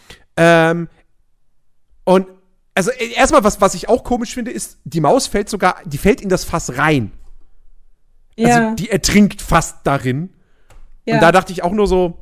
Und also erstmal, was ich auch komisch finde, ist, die Maus fällt in das Fass rein. Ja. Also die ertrinkt fast darin. Ja. Und da dachte ich auch nur so,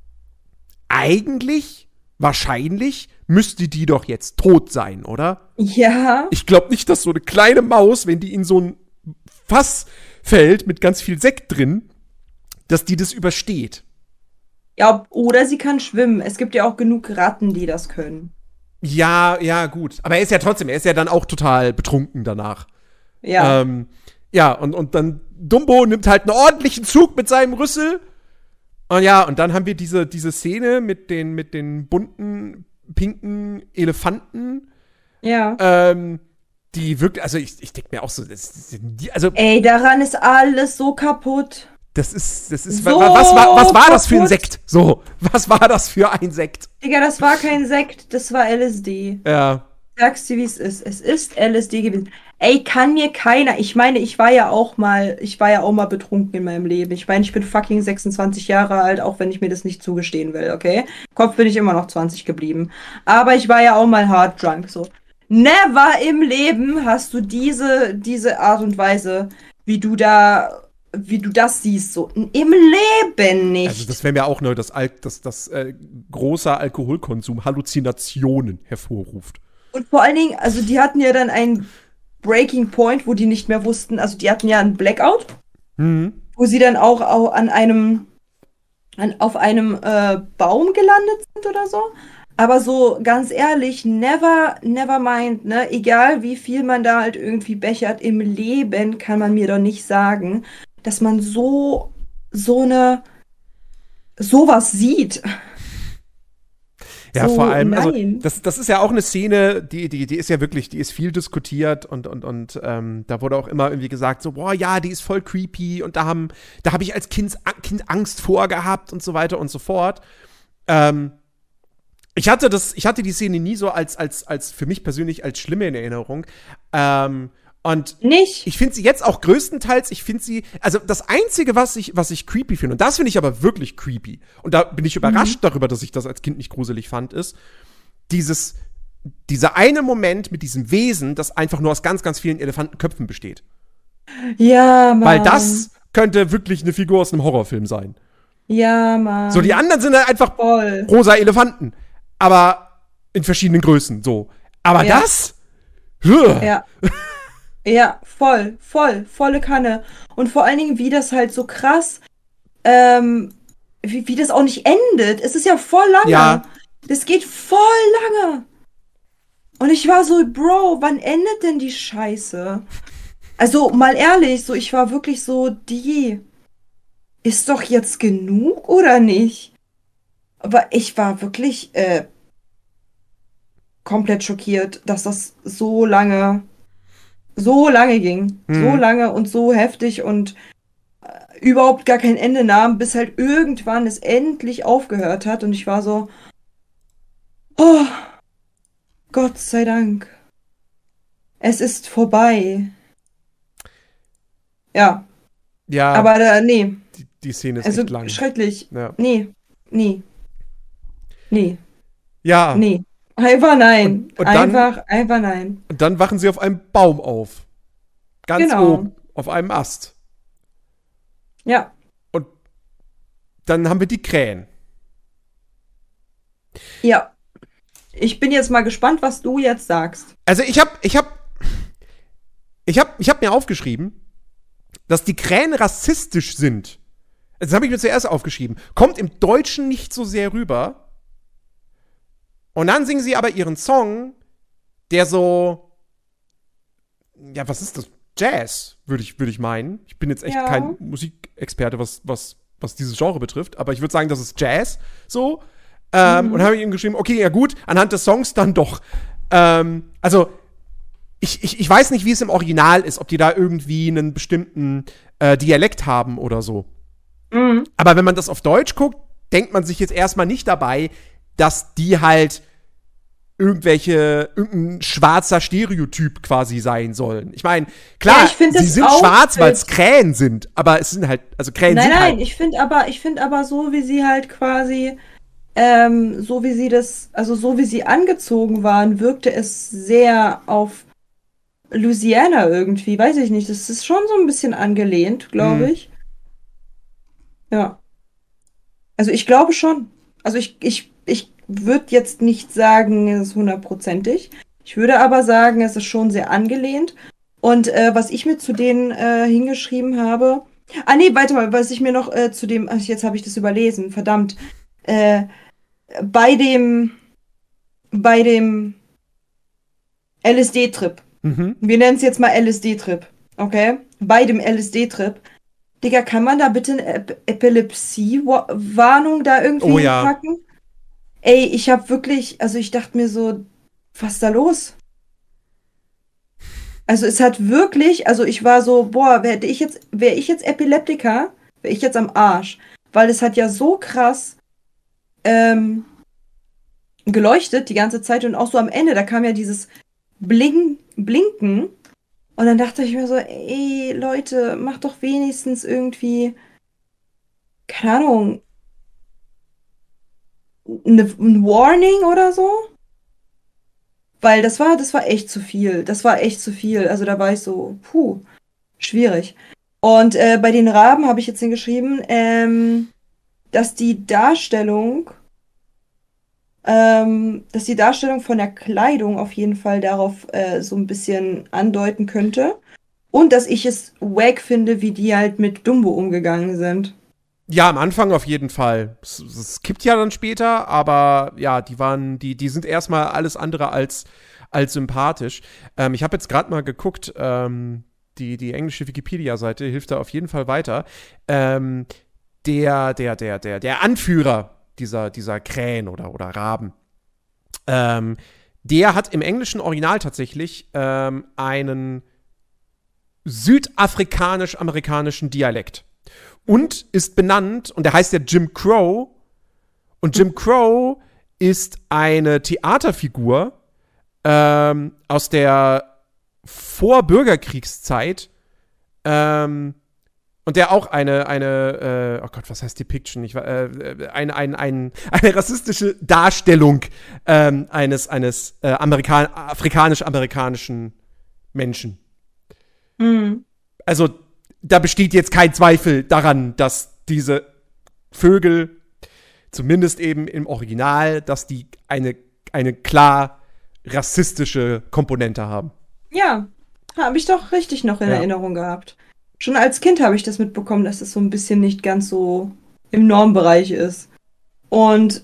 wahrscheinlich müsste die doch jetzt tot sein, oder? Ja. Ich glaube nicht, dass so eine kleine Maus, wenn die in so ein Fass fällt mit ganz viel Sekt drin, dass die das übersteht. Ja, oder sie kann schwimmen. Es gibt ja auch genug Ratten, die das können. Ja, gut. Aber er ist ja dann auch total betrunken danach. Ja. Ja, und dann Dumbo nimmt halt einen ordentlichen Zug mit seinem Rüssel. Und ja, und dann haben wir diese Szene mit den bunten, pinken Elefanten. Ja. Die wirklich, also ich denke mir auch so, Ey, daran ist alles so kaputt. das ist, So was war das für ein kaputt. Sekt? So, was war das für ein Sekt? Digga, das war kein Sekt, das war LSD. Ja. Sagst du, wie es ist. Es ist LSD gewesen. Ey, kann mir keiner. Ich meine, ich war ja auch mal betrunken in meinem Leben. Ich meine, ich bin fucking 26 Jahre alt, auch wenn ich mir das nicht zugestehen will, okay? Kopf bin ich immer noch 20 geblieben. Aber ich war ja auch mal hard drunk, so. Never im Leben hast du diese Art und Weise, wie du da wie du das siehst, so im Leben Also nicht. das wäre mir auch neu, dass großer Alkoholkonsum Halluzinationen hervorruft. Und vor allen Dingen, also die hatten ja dann einen Breaking Point, wo die nicht mehr wussten, also die hatten ja einen Blackout, Mhm. wo sie dann auch auf einem Baum gelandet sind oder so. Aber so ganz ehrlich, never mind, ne? Egal wie viel man da halt irgendwie bechert, im Leben kann man mir doch nicht sagen, dass man sowas sieht. Ja, vor So, allem, also nein. das ist ja auch eine Szene, die ist ja wirklich, die ist viel diskutiert und da wurde auch immer irgendwie gesagt, so, boah, ja, die ist voll creepy und da habe ich als Kind Angst vorgehabt und so weiter und so fort. Ich hatte die Szene nie so als für mich persönlich als schlimme in Erinnerung. Und Nicht? ich finde sie jetzt auch größtenteils, also das Einzige, was ich creepy finde, und das finde ich aber wirklich creepy, und da bin ich überrascht darüber, dass ich das als Kind nicht gruselig fand, ist, dieser eine Moment mit diesem Wesen, das einfach nur aus ganz, ganz vielen Elefantenköpfen besteht. Ja, Weil Mann. das könnte wirklich eine Figur aus einem Horrorfilm sein. Ja, So, die Mann. anderen sind halt einfach Voll. rosa Elefanten. Aber in verschiedenen Größen, so. Aber Ja. das? Huh. Ja. Ja, volle Kanne. Und vor allen Dingen, wie das halt so krass, wie das auch nicht endet. Es ist ja voll lange. Ja. Das geht voll lange. Und ich war so, Bro, wann endet denn die Scheiße? Also, mal ehrlich, so, ich war wirklich so, ist doch jetzt genug oder nicht? Aber ich war wirklich, komplett schockiert, dass das so lange ging. So Mhm. lange und so heftig und überhaupt gar kein Ende nahm, bis halt irgendwann es endlich aufgehört hat. Und ich war so, oh, Gott sei Dank. Es ist vorbei. Ja, Ja, aber nee. die Szene ist Also echt lang. schrecklich. Ja. Nee, nee, nee, Ja. nee. Einfach nein. Und dann, Einfach nein. und dann wachen sie auf einem Baum auf. Ganz Genau. oben. Auf einem Ast. Ja. Und dann haben wir die Krähen. Ja. Ich bin jetzt mal gespannt, was du jetzt sagst. Also ich hab mir aufgeschrieben, dass die Krähen rassistisch sind. Das habe ich mir zuerst aufgeschrieben. Kommt im Deutschen nicht so sehr rüber. Und dann singen sie aber ihren Song, der so, ja, was ist das? Jazz, würde ich meinen. Ich bin jetzt echt Ja. kein Musikexperte, was dieses Genre betrifft, aber ich würde sagen, das ist Jazz, so. Und habe ich ihm geschrieben, okay, ja gut, anhand des Songs dann doch. Also, ich weiß nicht, wie es im Original ist, ob die da irgendwie einen bestimmten Dialekt haben oder so. Mhm. Aber wenn man das auf Deutsch guckt, denkt man sich jetzt erstmal nicht dabei, dass die halt irgendein schwarzer Stereotyp quasi sein sollen. Ich meine, klar, Ja, ich find sie das sind auch schwarz, weil es halt- Krähen sind, aber es sind halt, also Krähen Nein, sind nein, halt. ich finde aber so, wie sie halt quasi, so wie sie also so wie sie angezogen waren, wirkte es sehr auf Louisiana irgendwie, weiß ich nicht. Das ist schon so ein bisschen angelehnt, glaube Hm. ich. Ja. Also ich glaube schon. Also ich würde jetzt nicht sagen, es ist hundertprozentig. Ich würde aber sagen, es ist schon sehr angelehnt. Und was ich mir zu denen hingeschrieben habe. Ah nee, warte mal, was ich mir noch zu dem. Ach, jetzt habe ich das überlesen, verdammt. Äh, bei dem, bei dem LSD-Trip. Mhm. Wir nennen es jetzt mal LSD-Trip. Okay? Bei dem LSD-Trip. Digga, kann man da bitte eine Epilepsie-Warnung da irgendwie Oh ja. hinpacken? Ey, ich hab wirklich, also ich dachte mir so, was ist da los? Also es hat wirklich, also ich war so, boah, wäre ich jetzt Epileptiker, wäre ich jetzt am Arsch. Weil es hat ja so krass ähm, geleuchtet die ganze Zeit und auch so am Ende, da kam ja dieses Blinken. Und dann dachte ich mir so, ey, Leute, macht doch wenigstens irgendwie, keine Ahnung, ein Warning oder so. Weil das war echt zu viel. Das war echt zu viel. Also da war ich so, puh, schwierig. Und bei den Raben habe ich jetzt hingeschrieben, dass die Darstellung, dass die Darstellung von der Kleidung auf jeden Fall darauf so ein bisschen andeuten könnte. Und dass ich es wack finde, wie die halt mit Dumbo umgegangen sind. Ja, am Anfang auf jeden Fall. Es kippt ja dann später, aber ja, die sind erstmal alles andere als sympathisch. Ich habe jetzt gerade mal geguckt, die englische Wikipedia-Seite hilft da auf jeden Fall weiter. Der Anführer dieser Krähen oder Raben, der hat im englischen Original tatsächlich einen südafrikanisch-amerikanischen Dialekt. Und ist benannt, und der heißt ja Jim Crow. Und Jim Crow ist eine Theaterfigur aus der Vorbürgerkriegszeit. Und der auch eine oh Gott, was heißt Depiction? Eine rassistische Darstellung eines afrikanisch-amerikanischen Menschen. Mhm. Also, da besteht jetzt kein Zweifel daran, dass diese Vögel, zumindest eben im Original, dass die eine klar rassistische Komponente haben. Ja, habe ich doch richtig noch in Ja. Erinnerung gehabt. Schon als Kind habe ich das mitbekommen, dass es so ein bisschen nicht ganz so im Normbereich ist. Und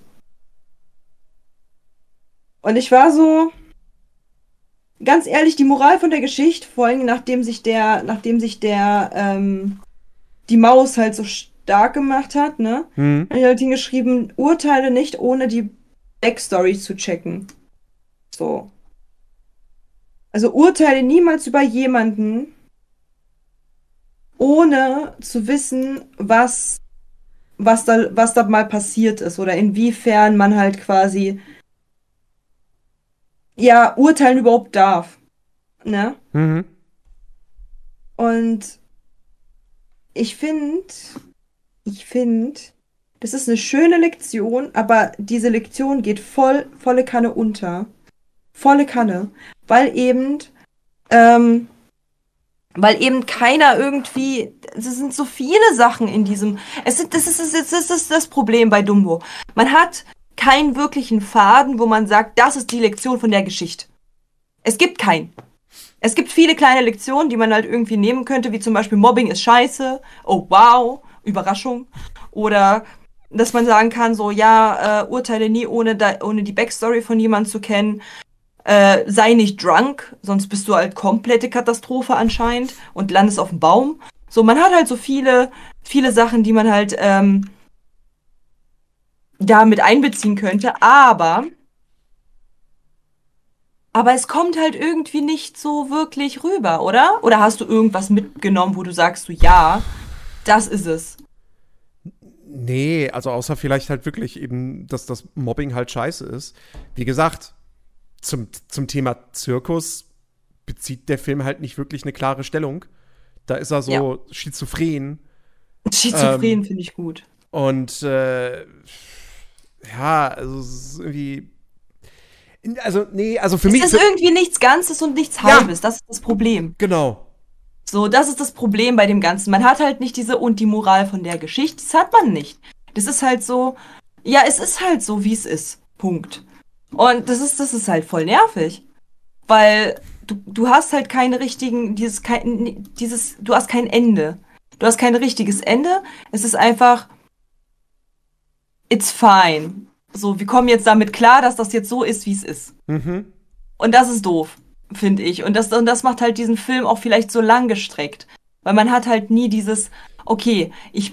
ich war so, ganz ehrlich, die Moral von der Geschichte, vor allem nachdem sich die Maus halt so stark gemacht hat, ne? Hm. Habe ich halt hingeschrieben, urteile nicht, ohne die Backstory zu checken. So. Also urteile niemals über jemanden, ohne zu wissen, was da mal passiert ist oder inwiefern man halt quasi, ja, urteilen überhaupt darf. Ne? Mhm. Und ich finde, das ist eine schöne Lektion, aber diese Lektion geht volle Kanne unter. Volle Kanne. Ähm, weil eben keiner irgendwie, es sind so viele Sachen in diesem, das ist das Problem bei Dumbo. Man hat keinen wirklichen Faden, wo man sagt, das ist die Lektion von der Geschichte. Es gibt keinen. Es gibt viele kleine Lektionen, die man halt irgendwie nehmen könnte, wie zum Beispiel Mobbing ist scheiße, oh wow, Überraschung. Oder dass man sagen kann, so ja, urteile nie, ohne die Backstory von jemandem zu kennen. Sei nicht drunk, sonst bist du halt komplette Katastrophe anscheinend und landest auf dem Baum. So, man hat halt so viele Sachen, die man halt da mit einbeziehen könnte, aber es kommt halt irgendwie nicht so wirklich rüber, oder? Oder hast du irgendwas mitgenommen, wo du sagst, so ja, das ist es. Nee, also außer vielleicht halt wirklich eben, dass das Mobbing halt scheiße ist. Wie gesagt, zum Thema Zirkus bezieht der Film halt nicht wirklich eine klare Stellung. Da ist er so schizophren. Schizophren finde ich gut. Und ja, also es ist irgendwie. Also, nee, also für mich. Es ist irgendwie nichts Ganzes und nichts Halbes. Das ist das Problem. Genau. So, das ist das Problem bei dem Ganzen. Man hat halt nicht und die Moral von der Geschichte. Das hat man nicht. Das ist halt so, ja, es ist halt so, wie es ist. Punkt. Und das ist halt voll nervig. Weil du hast halt keine richtigen, du hast kein Ende. Du hast kein richtiges Ende. Es ist einfach, it's fine. So, wir kommen jetzt damit klar, dass das jetzt so ist, wie es ist. Mhm. Und das ist doof, finde ich. Und das macht halt diesen Film auch vielleicht so lang gestreckt. Weil man hat halt nie dieses, okay,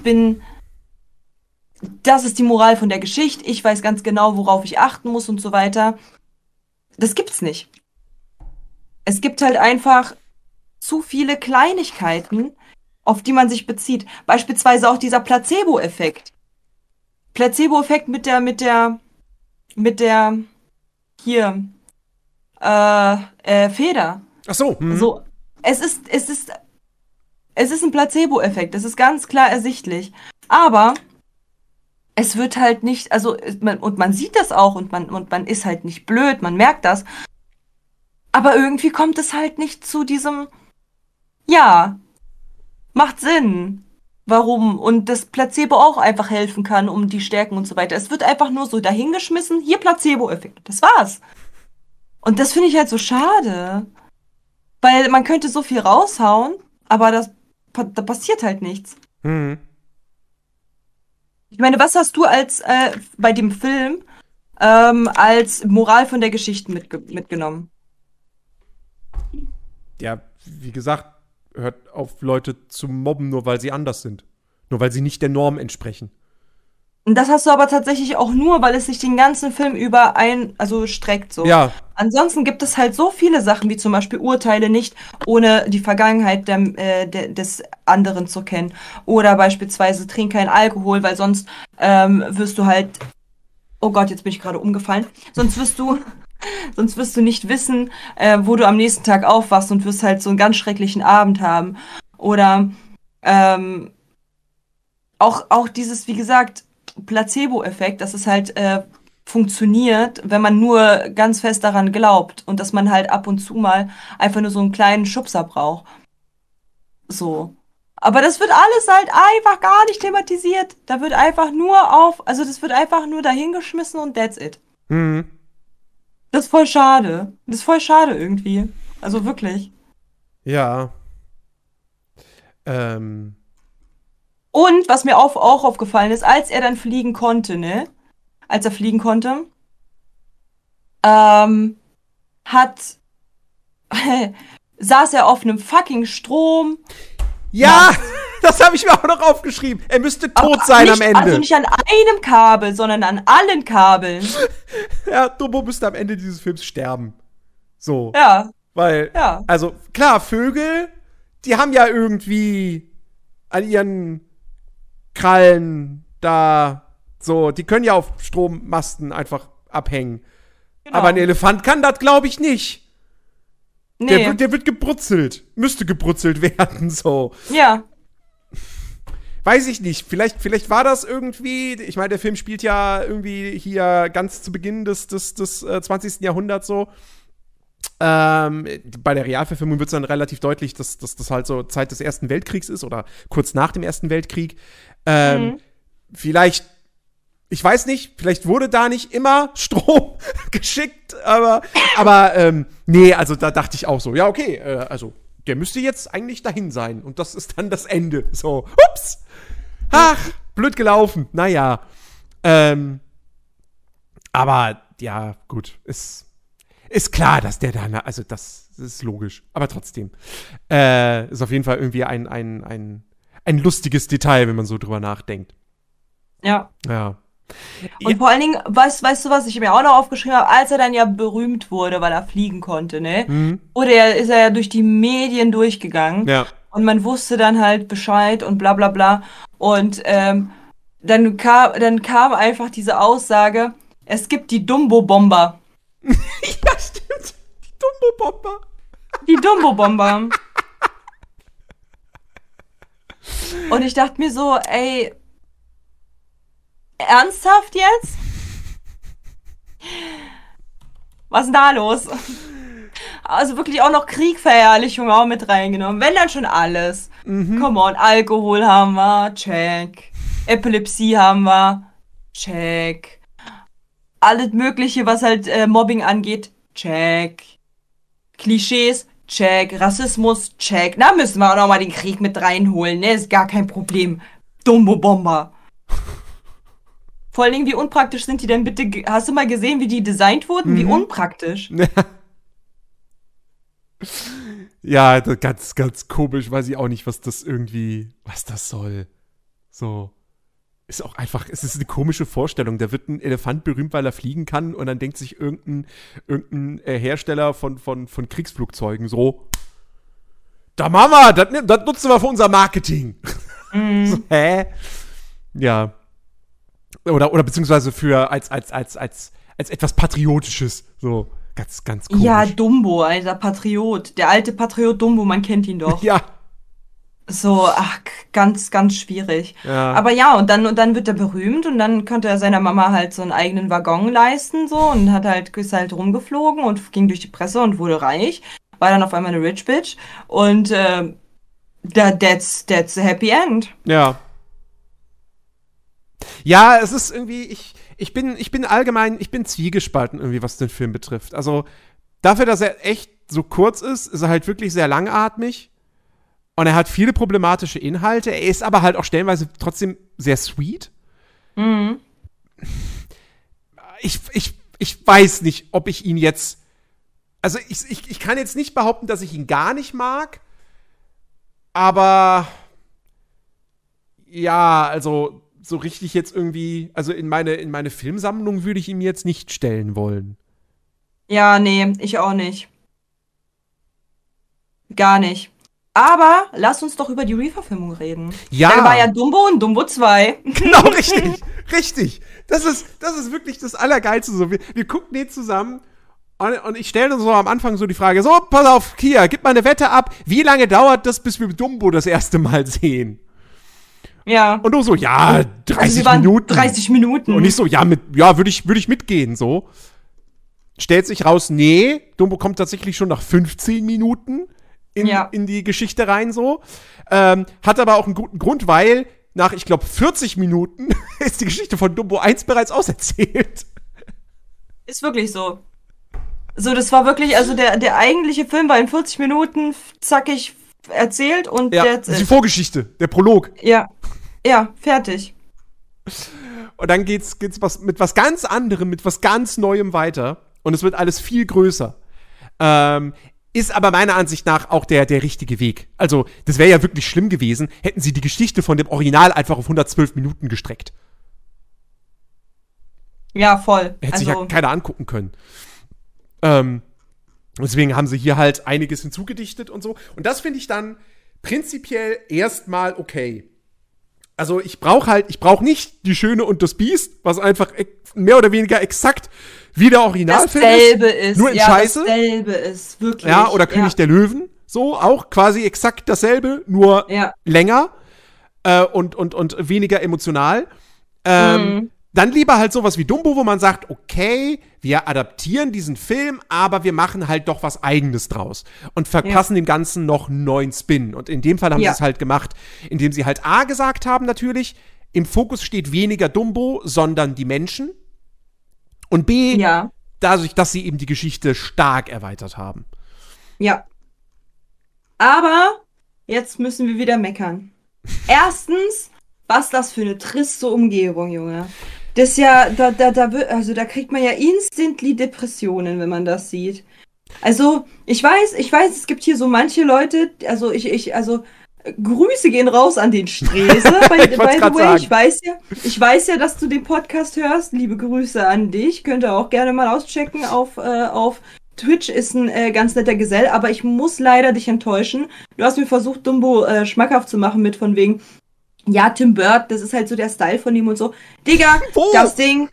das ist die Moral von der Geschichte, ich weiß ganz genau, worauf ich achten muss und so weiter. Das gibt's nicht. Es gibt halt einfach zu viele Kleinigkeiten, auf die man sich bezieht. Beispielsweise auch dieser Placebo-Effekt. Placebo-Effekt mit der hier, Feder. Ach so. So, es ist ein Placebo-Effekt, das ist ganz klar ersichtlich. Aber es wird halt nicht, also, man sieht das auch und man ist halt nicht blöd, man merkt das. Aber irgendwie kommt es halt nicht zu diesem, ja, Macht Sinn. Warum? Und das Placebo auch einfach helfen kann, um die Stärken und so weiter. Es wird einfach nur so dahingeschmissen, hier Placebo-Effekt. Das war's. Und das finde ich halt so schade. Weil man könnte so viel raushauen, aber da passiert halt nichts. Hm. Ich meine, was hast du bei dem Film als Moral von der Geschichte mitgenommen? Ja, wie gesagt, hört auf, Leute zu mobben, nur weil sie anders sind. Nur weil sie nicht der Norm entsprechen. Und das hast du aber tatsächlich auch nur, weil es sich den ganzen Film über also streckt so. Ja, Ansonsten gibt es halt so viele Sachen, wie zum Beispiel Urteile nicht, ohne die Vergangenheit des anderen zu kennen. Oder beispielsweise trink keinen Alkohol, weil sonst wirst du halt, oh Gott, jetzt bin ich gerade umgefallen. Sonst wirst du nicht wissen, wo du am nächsten Tag aufwachst und wirst halt so einen ganz schrecklichen Abend haben. Oder ähm, auch dieses, wie gesagt, Placebo-Effekt, dass es halt funktioniert, wenn man nur ganz fest daran glaubt und dass man halt ab und zu mal einfach nur so einen kleinen Schubser braucht. So. Aber das wird alles halt einfach gar nicht thematisiert. Da wird einfach also das wird einfach nur dahingeschmissen und that's it. hm. Das ist voll schade. Das ist voll schade irgendwie. Also wirklich. Ja. Ähm. Und was mir auch aufgefallen ist, als er dann fliegen konnte, ne? Als er fliegen konnte, ähm, hat, saß er auf einem fucking Strom. Ja, das habe ich mir auch noch aufgeschrieben. Er müsste tot sein am Ende. Also nicht an einem Kabel, sondern an allen Kabeln. Ja, Dumbo müsste am Ende dieses Films sterben. So. Ja, Weil, ja. also, klar, Vögel, die haben ja irgendwie an ihren Krallen da so, die können ja auf Strommasten einfach abhängen. Genau. Aber ein Elefant kann das, glaube ich, nicht. Nee. Der wird gebrutzelt. Müsste gebrutzelt werden, so. Ja. Weiß ich nicht. Vielleicht war das irgendwie. Ich meine, der Film spielt ja irgendwie hier ganz zu Beginn des 20. Jahrhunderts so. Bei der Realverfilmung wird es dann relativ deutlich, dass das halt so Zeit des Ersten Weltkriegs ist oder kurz nach dem Ersten Weltkrieg. Vielleicht, ich weiß nicht, vielleicht wurde da nicht immer Strom geschickt, aber nee, also da dachte ich auch so, ja, okay, also der müsste jetzt eigentlich dahin sein und das ist dann das Ende. So, ups! Ach, blöd gelaufen. Naja. Aber ja, gut, ist klar, dass der da, also das ist logisch, aber trotzdem. Ist auf jeden Fall irgendwie ein lustiges Detail, wenn man so drüber nachdenkt. Ja. Ja. Und vor allen Dingen, weißt du, was ich mir auch noch aufgeschrieben habe, als er dann ja berühmt wurde, weil er fliegen konnte, ne? Ist er ja durch die Medien durchgegangen. Ja. Und man wusste dann halt Bescheid und bla bla bla. Und dann kam einfach diese Aussage, es gibt die Dumbo-Bomber. Ja, stimmt. Die Dumbo-Bomber. Die Dumbo-Bomber. Und ich dachte mir so, ey, ernsthaft jetzt? Was ist denn da los? Also wirklich auch noch Kriegverherrlichung auch mit reingenommen. Wenn dann schon alles. Come on, Alkohol haben wir, check. Epilepsie haben wir, check. Alles Mögliche, was halt Mobbing angeht, check. Klischees, check. Rassismus, check. Da müssen wir auch noch mal den Krieg mit reinholen, ne? Ist gar kein Problem. Dumbo-Bomber. Vor allen Dingen, wie unpraktisch sind die denn bitte? Hast du mal gesehen, wie die designt wurden? Wie unpraktisch. Ja, ganz, ganz komisch. Weiß ich auch nicht, was das soll. So. Ist auch einfach, es ist eine komische Vorstellung. Da wird ein Elefant berühmt, weil er fliegen kann und dann denkt sich irgendein Hersteller von Kriegsflugzeugen so, da machen wir, das nutzen wir für unser Marketing. So, hä? Ja. Oder beziehungsweise als etwas Patriotisches. So, ganz, ganz komisch. Ja, Dumbo, alter Patriot. Der alte Patriot Dumbo, man kennt ihn doch. Ja. So, ganz, ganz schwierig. Ja. Aber ja, und dann wird er berühmt und dann konnte er seiner Mama halt so einen eigenen Waggon leisten, so, und ist halt rumgeflogen und ging durch die Presse und wurde reich. War dann auf einmal eine Rich Bitch. Und That's a happy end. Ja. Ja, es ist irgendwie, ich bin allgemein, ich bin zwiegespalten irgendwie, was den Film betrifft. Also, dafür, dass er echt so kurz ist er halt wirklich sehr langatmig. Und er hat viele problematische Inhalte. Er ist aber halt auch stellenweise trotzdem sehr sweet. Mhm. Ich weiß nicht, ob ich ihn jetzt. Also, ich kann jetzt nicht behaupten, dass ich ihn gar nicht mag. Aber. Ja, also, so richtig jetzt irgendwie. Also, in meine Filmsammlung würde ich ihn jetzt nicht stellen wollen. Ja, nee, ich auch nicht. Gar nicht. Aber lass uns doch über die Re-Verfilmung reden. Ja. Da war ja Dumbo und Dumbo 2. Genau, richtig. Richtig. Das ist wirklich das Allergeilste. So. Wir gucken den zusammen und ich stelle so am Anfang so die Frage: So, pass auf, Kia, gib mal eine Wette ab. Wie lange dauert das, bis wir Dumbo das erste Mal sehen? Ja. Und du so: Ja, 30 Also wir waren Minuten. 30 Minuten. Und ich so: Ja, würde ich mitgehen, so. Stellt sich raus, nee, Dumbo kommt tatsächlich schon nach 15 Minuten in die Geschichte rein, so. Hat aber auch einen guten Grund, weil nach, ich glaube, 40 Minuten ist die Geschichte von Dumbo 1 bereits auserzählt. Ist wirklich so. So, das war wirklich, also der eigentliche Film war in 40 Minuten zackig erzählt und Ja, das ist die Vorgeschichte, der Prolog. Ja, fertig. Und dann geht's mit was ganz anderem, mit was ganz Neuem weiter. Und es wird alles viel größer. Ist aber meiner Ansicht nach auch der richtige Weg. Also, das wäre ja wirklich schlimm gewesen, hätten sie die Geschichte von dem Original einfach auf 112 Minuten gestreckt. Ja, voll. Hätte sich ja keiner angucken können. Deswegen haben sie hier halt einiges hinzugedichtet und so. Und das finde ich dann prinzipiell erstmal okay. Also ich brauche nicht Die Schöne und das Biest, was einfach mehr oder weniger exakt wie der Originalfilm dasselbe ist. Nur in Scheiße. Dasselbe ist, wirklich. Ja, oder König der Löwen. So, auch quasi exakt dasselbe, nur länger und weniger emotional. Dann lieber halt sowas wie Dumbo, wo man sagt, okay, wir adaptieren diesen Film, aber wir machen halt doch was Eigenes draus und verpassen dem Ganzen noch einen neuen Spin. Und in dem Fall haben sie es halt gemacht, indem sie halt A gesagt haben natürlich, im Fokus steht weniger Dumbo, sondern die Menschen. Und B, dadurch, dass sie eben die Geschichte stark erweitert haben. Ja. Aber jetzt müssen wir wieder meckern. Erstens, was das für eine triste Umgebung, Junge. Das ist ja, da kriegt man ja instantly Depressionen, wenn man das sieht. Also, ich weiß, es gibt hier so manche Leute, also Grüße gehen raus an den Strese, by the way. Ich weiß ja, dass du den Podcast hörst. Liebe Grüße an dich. Könnt ihr auch gerne mal auschecken auf Twitch, ist ein ganz netter Gesell, aber ich muss leider dich enttäuschen. Du hast mir versucht, Dumbo schmackhaft zu machen mit von wegen, ja, Tim Burton, das ist halt so der Style von ihm und so. Digga, das Ding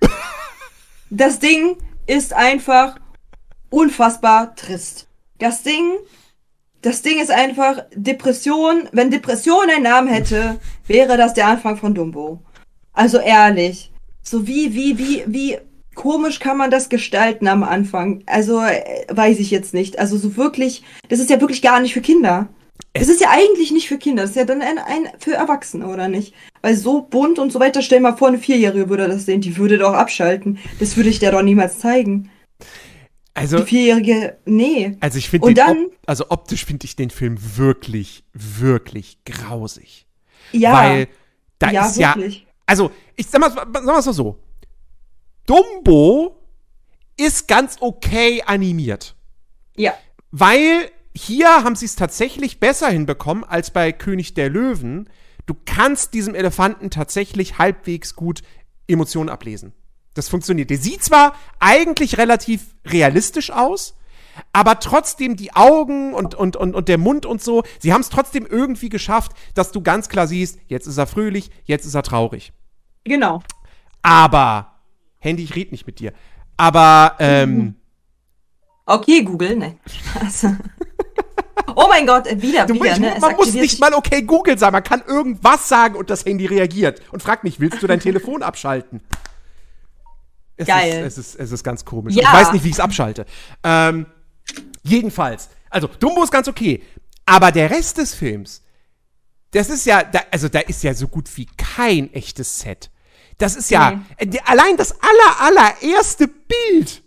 ist einfach unfassbar trist. Das Ding ist einfach Depression. Wenn Depression einen Namen hätte, wäre das der Anfang von Dumbo. Also ehrlich. So wie komisch kann man das gestalten am Anfang? Also, weiß ich jetzt nicht. Also so wirklich, das ist ja wirklich gar nicht für Kinder. Es ist ja eigentlich nicht für Kinder, das ist ja dann ein für Erwachsene, oder nicht? Weil so bunt und so weiter, stell mal vor, eine 4-Jährige würde das sehen, die würde doch abschalten. Das würde ich der doch niemals zeigen. Also, die 4-Jährige, nee. Also ich finde optisch finde ich den Film wirklich, wirklich grausig. Ja. Weil da ist wirklich. Also, ich sag mal so. Dumbo ist ganz okay animiert. Ja. Weil hier haben sie es tatsächlich besser hinbekommen als bei König der Löwen. Du kannst diesem Elefanten tatsächlich halbwegs gut Emotionen ablesen. Das funktioniert. Der sieht zwar eigentlich relativ realistisch aus, aber trotzdem die Augen und der Mund und so, sie haben es trotzdem irgendwie geschafft, dass du ganz klar siehst, jetzt ist er fröhlich, jetzt ist er traurig. Genau. Aber, Handy, ich rede nicht mit dir, aber, Okay, Google, ne. Also. Oh mein Gott, wieder, ne? Man muss nicht mal okay Google sagen, man kann irgendwas sagen und das Handy reagiert. Und frag mich, willst du dein Telefon abschalten? Geil. Es ist ganz komisch. Ja. Ich weiß nicht, wie ich es abschalte. Jedenfalls, also Dumbo ist ganz okay, aber der Rest des Films, das ist ja, da ist ja so gut wie kein echtes Set. Das ist ja, allein das allererste Bild,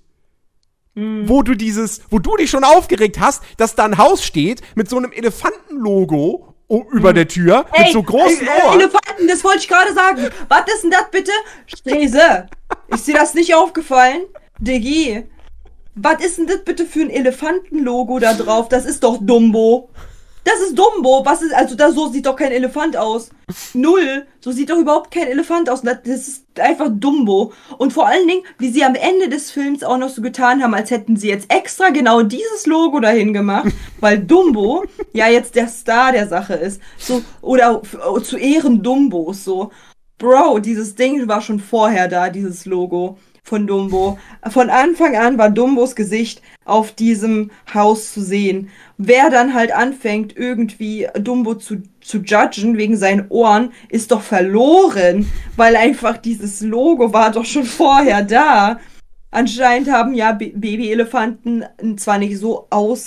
wo du dich schon aufgeregt hast, dass da ein Haus steht mit so einem Elefantenlogo über der Tür, mit so großen Ohren. Elefanten, das wollte ich gerade sagen. Was ist denn das bitte? Strese. Ist dir das nicht aufgefallen? Diggi. Was ist denn das bitte für ein Elefantenlogo da drauf? Das ist doch Dumbo. Das ist Dumbo. Was ist, also so sieht doch kein Elefant aus. Null. So sieht doch überhaupt kein Elefant aus. Das ist einfach Dumbo. Und vor allen Dingen, wie sie am Ende des Films auch noch so getan haben, als hätten sie jetzt extra genau dieses Logo dahin gemacht, weil Dumbo ja jetzt der Star der Sache ist. So, oder zu Ehren Dumbos, so. Bro, dieses Ding war schon vorher da, dieses Logo von Dumbo. Von Anfang an war Dumbos Gesicht auf diesem Haus zu sehen. Wer dann halt anfängt, irgendwie Dumbo zu judgen wegen seinen Ohren, ist doch verloren, weil einfach dieses Logo war doch schon vorher da. Anscheinend haben ja Babyelefanten zwar nicht so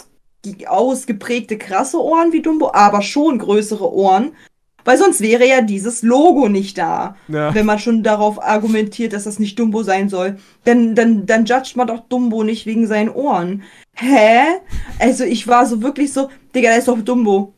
ausgeprägte, krasse Ohren wie Dumbo, aber schon größere Ohren. Weil sonst wäre ja dieses Logo nicht da, wenn man schon darauf argumentiert, dass das nicht Dumbo sein soll. Dann judgt man doch Dumbo nicht wegen seinen Ohren. Hä? Also ich war so wirklich so, Digga, der ist doch Dumbo.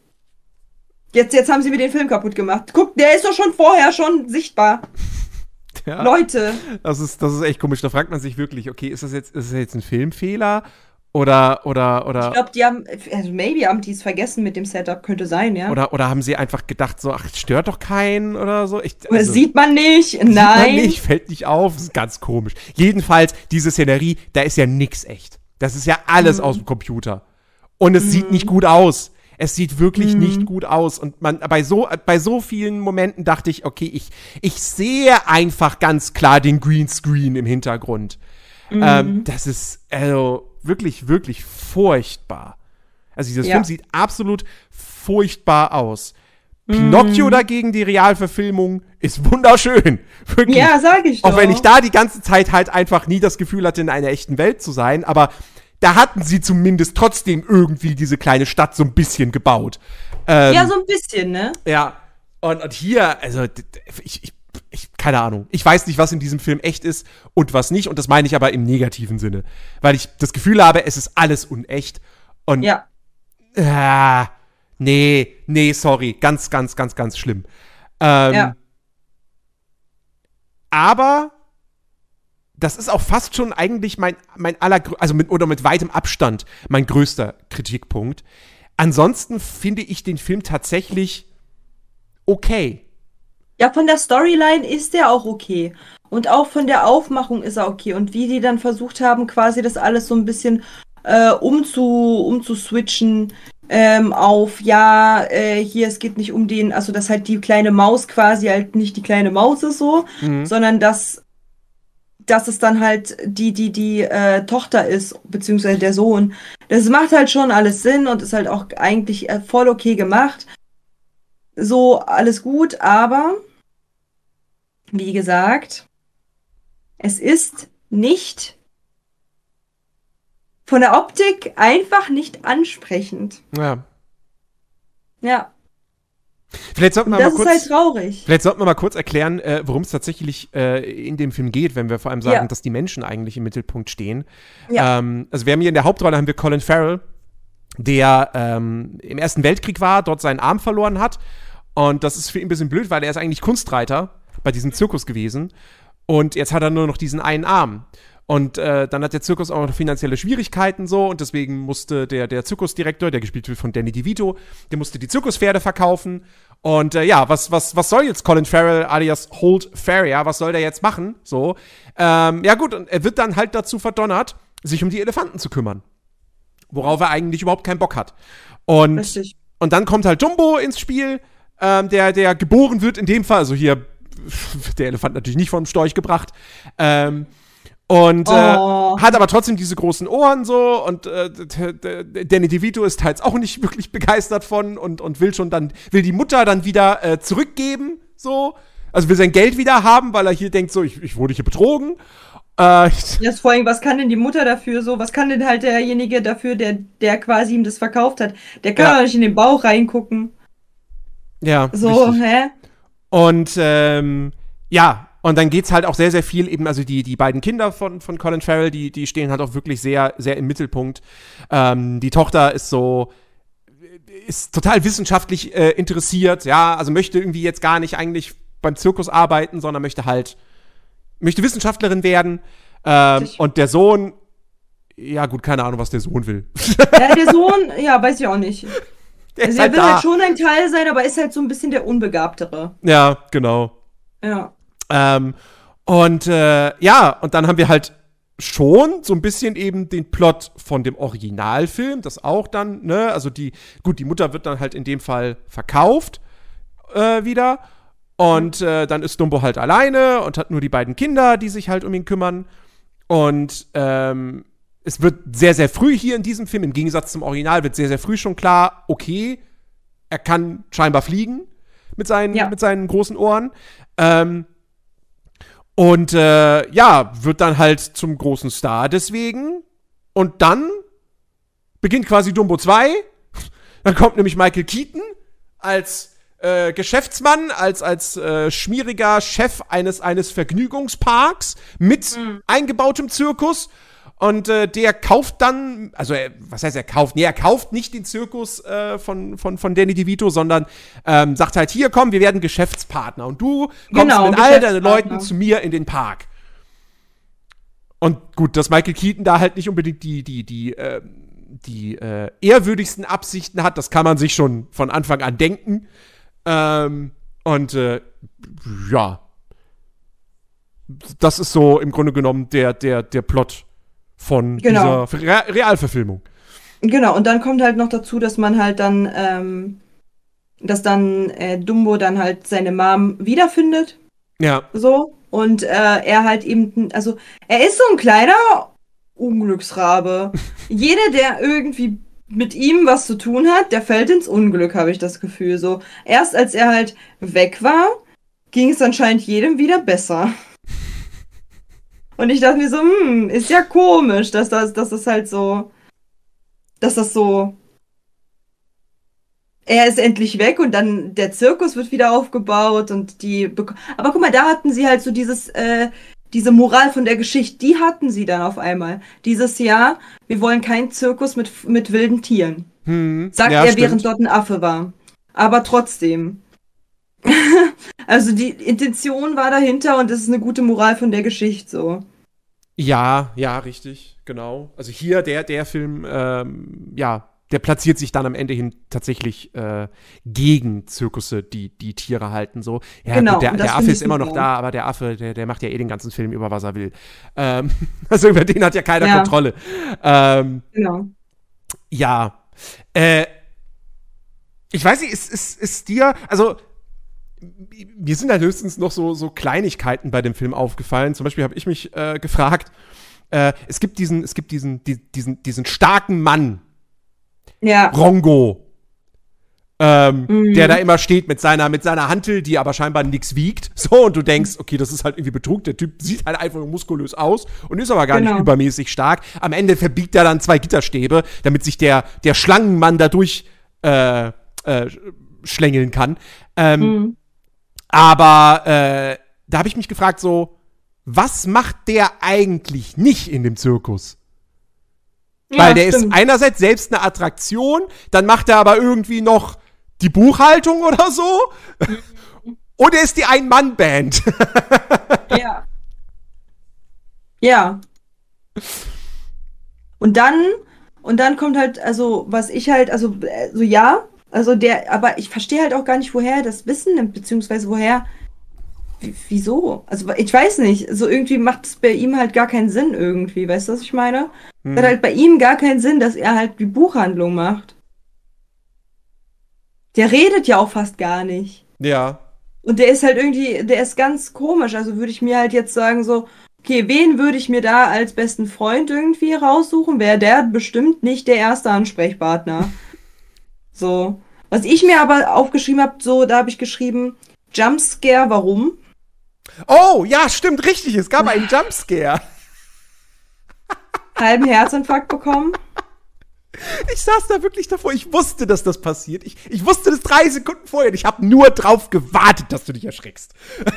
Jetzt haben sie mir den Film kaputt gemacht. Guck, der ist doch schon vorher schon sichtbar. Ja, Leute. Das ist echt komisch. Da fragt man sich wirklich, okay, ist das jetzt ein Filmfehler? Oder. Ich glaube, maybe haben die es vergessen mit dem Setup, könnte sein, ja. Oder haben sie einfach gedacht, so, ach, stört doch keinen oder so. Oder sieht man nicht, nein. Sieht man nicht, fällt nicht auf, das ist ganz komisch. Jedenfalls, diese Szenerie, da ist ja nix echt. Das ist ja alles aus dem Computer. Und es sieht nicht gut aus. Es sieht wirklich nicht gut aus. Und bei so vielen Momenten dachte ich, okay, ich sehe einfach ganz klar den Greenscreen im Hintergrund. Das ist, also, wirklich, wirklich furchtbar. Also dieser Film sieht absolut furchtbar aus. Pinocchio dagegen, die Realverfilmung, ist wunderschön. Wirklich. Ja, sag ich doch. Auch wenn ich da die ganze Zeit halt einfach nie das Gefühl hatte, in einer echten Welt zu sein, aber da hatten sie zumindest trotzdem irgendwie diese kleine Stadt so ein bisschen gebaut. Ja, so ein bisschen, ne? Ja. Und hier, also, ich keine Ahnung. Ich weiß nicht, was in diesem Film echt ist und was nicht. Und das meine ich aber im negativen Sinne. Weil ich das Gefühl habe, es ist alles unecht. Und nee, sorry. Ganz, ganz, ganz, ganz schlimm. Aber das ist auch fast schon eigentlich mit weitem Abstand mein größter Kritikpunkt. Ansonsten finde ich den Film tatsächlich okay. Ja, von der Storyline ist der auch okay. Und auch von der Aufmachung ist er okay. Und wie die dann versucht haben, quasi das alles so ein bisschen umzuswitchen auf, hier, es geht nicht um den, also dass halt die kleine Maus quasi halt nicht die kleine Maus ist so, sondern dass es dann halt die Tochter ist, beziehungsweise der Sohn. Das macht halt schon alles Sinn und ist halt auch eigentlich voll okay gemacht. So, alles gut, aber wie gesagt, es ist nicht von der Optik einfach nicht ansprechend. Ja. Ja. Vielleicht sollten wir das ist halt traurig. Vielleicht sollten wir mal kurz erklären, worum es tatsächlich in dem Film geht, wenn wir vor allem sagen, dass die Menschen eigentlich im Mittelpunkt stehen. Ja. Also wir haben hier in der Hauptrolle haben wir Colin Farrell, der im Ersten Weltkrieg war, dort seinen Arm verloren hat. Und das ist für ihn ein bisschen blöd, weil er ist eigentlich Kunstreiter bei diesem Zirkus gewesen. Und jetzt hat er nur noch diesen einen Arm. Und dann hat der Zirkus auch noch finanzielle Schwierigkeiten so. Und deswegen musste der Zirkusdirektor, der gespielt wird von Danny DeVito, der musste die Zirkuspferde verkaufen. Und was soll jetzt Colin Farrell alias Holt Farrier, was soll der jetzt machen? So, gut, und er wird dann halt dazu verdonnert, sich um die Elefanten zu kümmern. Worauf er eigentlich überhaupt keinen Bock hat. Und dann kommt halt Dumbo ins Spiel, der geboren wird in dem Fall, also hier der Elefant natürlich nicht vom Storch gebracht, hat aber trotzdem diese großen Ohren so und Danny DeVito ist teils auch nicht wirklich begeistert von und will die Mutter dann wieder zurückgeben, so, also will sein Geld wieder haben, weil er hier denkt so, ich wurde hier betrogen. Jetzt vor allem, was kann denn die Mutter dafür so, was kann denn halt derjenige dafür, der quasi ihm das verkauft hat, der kann doch nicht in den Bauch reingucken. Ja, So, richtig. hä? Und ja, und dann geht's halt auch sehr, sehr viel eben, also die beiden Kinder von Colin Farrell, die stehen halt auch wirklich sehr, sehr im Mittelpunkt. Die Tochter ist total wissenschaftlich interessiert, ja, also möchte irgendwie jetzt gar nicht eigentlich beim Zirkus arbeiten, sondern möchte Wissenschaftlerin werden. Und der Sohn, ja gut, keine Ahnung, was der Sohn will. Ja, der Sohn, ja, weiß ich auch nicht. Der ist Also er halt will da. halt schon ein Teil sein, aber ist halt so ein bisschen der Unbegabtere. Ja, genau. Ja. Und dann haben wir halt schon so ein bisschen eben den Plot von dem Originalfilm, das auch dann, ne, also die Mutter wird dann halt in dem Fall verkauft wieder. Und dann ist Dumbo halt alleine und hat nur die beiden Kinder, die sich halt um ihn kümmern. Und es wird sehr, sehr früh hier in diesem Film, im Gegensatz zum Original, wird sehr, sehr früh schon klar, okay, er kann scheinbar fliegen mit seinen großen Ohren. Wird dann halt zum großen Star deswegen. Und dann beginnt quasi Dumbo 2. Dann kommt nämlich Michael Keaton als Geschäftsmann, als schmieriger Chef eines Vergnügungsparks mit eingebautem Zirkus. Und der kauft dann, also was heißt er kauft? Nee, er kauft nicht den Zirkus von Danny DeVito, sondern sagt halt, hier komm, wir werden Geschäftspartner. Und du kommst mit all deinen Leuten zu mir in den Park. Und gut, dass Michael Keaton da halt nicht unbedingt die ehrwürdigsten Absichten hat, das kann man sich schon von Anfang an denken. Das ist so im Grunde genommen der Plot von dieser Realverfilmung. Genau, und dann kommt halt noch dazu, dass man halt dann, Dumbo dann halt seine Mom wiederfindet. Ja. So. Und er halt eben, also er ist so ein kleiner Unglücksrabe. Jeder, der irgendwie mit ihm was zu tun hat, der fällt ins Unglück, habe ich das Gefühl. So, erst als er halt weg war, ging es anscheinend jedem wieder besser. Und ich dachte mir so, ist ja komisch, dass das halt so, dass das so, er ist endlich weg und dann der Zirkus wird wieder aufgebaut und aber guck mal, da hatten sie halt so diese Moral von der Geschichte, die hatten sie dann auf einmal. Dieses Jahr, wir wollen keinen Zirkus mit wilden Tieren. Sagt er, stimmt. während dort ein Affe war. Aber trotzdem. Also die Intention war dahinter und das ist eine gute Moral von der Geschichte so. Ja, richtig, genau. Also hier der Film, der platziert sich dann am Ende hin tatsächlich gegen Zirkusse, die Tiere halten so. Ja, genau, gut, der Affe ist immer noch da, aber der Affe, der macht ja den ganzen Film über, was er will. Also über den hat ja keiner Kontrolle. Genau. Ja. Ich weiß nicht, ist dir, also mir sind halt höchstens noch so Kleinigkeiten bei dem Film aufgefallen. Zum Beispiel habe ich mich gefragt, es gibt diesen starken Mann, Rongo, der da immer steht mit seiner Hantel, die aber scheinbar nichts wiegt. So, und du denkst, okay, das ist halt irgendwie Betrug. Der Typ sieht halt einfach nur muskulös aus und ist aber gar nicht übermäßig stark. Am Ende verbiegt er dann 2 Gitterstäbe, damit sich der Schlangenmann dadurch schlängeln kann. Aber da habe ich mich gefragt, so, was macht der eigentlich nicht in dem Zirkus? Ja, weil der ist einerseits selbst eine Attraktion, dann macht er aber irgendwie noch die Buchhaltung oder so. Und er ist die Ein-Mann-Band. Ja. Ja. Und dann kommt halt, also, was ich halt, aber ich verstehe halt auch gar nicht, woher er das Wissen nimmt, beziehungsweise wieso? Also, ich weiß nicht, so irgendwie macht es bei ihm halt gar keinen Sinn irgendwie, weißt du, was ich meine? Es hat halt bei ihm gar keinen Sinn, dass er halt die Buchhandlung macht. Der redet ja auch fast gar nicht. Ja. Und der ist halt irgendwie, der ist ganz komisch, also würde ich mir halt jetzt sagen so, okay, wen würde ich mir da als besten Freund irgendwie raussuchen? Wäre der bestimmt nicht der erste Ansprechpartner. So. Was ich mir aber aufgeschrieben habe, so, da habe ich geschrieben, Jumpscare, warum? Oh, ja, stimmt, richtig, es gab einen Jumpscare. Halben Herzinfarkt bekommen. Ich saß da wirklich davor, ich wusste, dass das passiert. Ich wusste das 3 Sekunden vorher. Ich habe nur drauf gewartet, dass du dich erschrickst.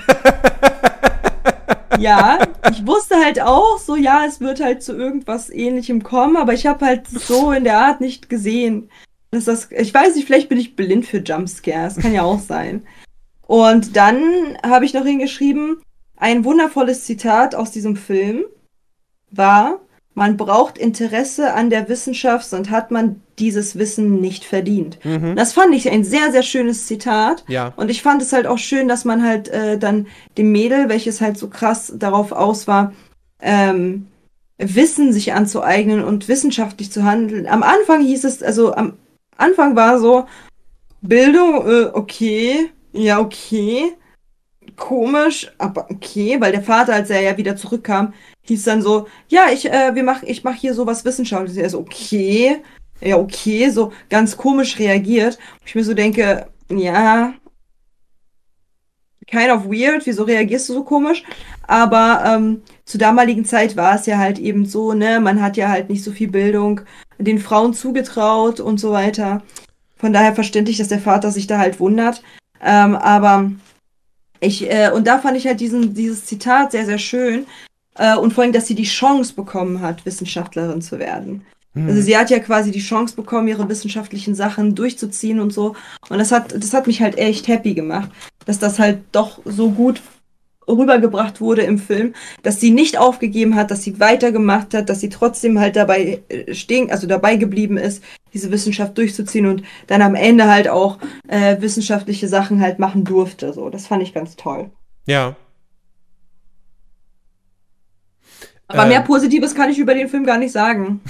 Ja, ich wusste halt auch so, ja, es wird halt zu irgendwas Ähnlichem kommen, aber ich habe halt so in der Art nicht gesehen. Ich weiß nicht, vielleicht bin ich blind für Jumpscares, kann ja auch sein. Und dann habe ich noch hingeschrieben, ein wundervolles Zitat aus diesem Film war: Man braucht Interesse an der Wissenschaft, sonst hat man dieses Wissen nicht verdient. Das fand ich ein sehr, sehr schönes Zitat. Ja. Und ich fand es halt auch schön, dass man halt dann dem Mädel, welches halt so krass darauf aus war, Wissen sich anzueignen und wissenschaftlich zu handeln. Am Anfang hieß es, also am Anfang war so, Bildung, okay, ja, okay, komisch, aber okay, weil der Vater, als er ja wieder zurückkam, hieß dann so, ja, ich mach hier sowas Wissenschaftliches. Er so, okay, ja, okay, so ganz komisch reagiert. Ich mir so denke, ja, kind of weird, wieso reagierst du so komisch? Aber zur damaligen Zeit war es ja halt eben so, ne, man hat ja halt nicht so viel Bildung den Frauen zugetraut und so weiter. Von daher verständlich, dass der Vater sich da halt wundert. Aber und da fand ich halt dieses Zitat sehr, sehr schön. Und vor allem, dass sie die Chance bekommen hat, Wissenschaftlerin zu werden. Also sie hat ja quasi die Chance bekommen, ihre wissenschaftlichen Sachen durchzuziehen und so. Und das hat mich halt echt happy gemacht, dass das halt doch so gut rübergebracht wurde im Film, dass sie nicht aufgegeben hat, dass sie weitergemacht hat, dass sie trotzdem halt dabei dabei geblieben ist, diese Wissenschaft durchzuziehen und dann am Ende halt auch wissenschaftliche Sachen halt machen durfte. So, das fand ich ganz toll. Ja. Aber mehr Positives kann ich über den Film gar nicht sagen.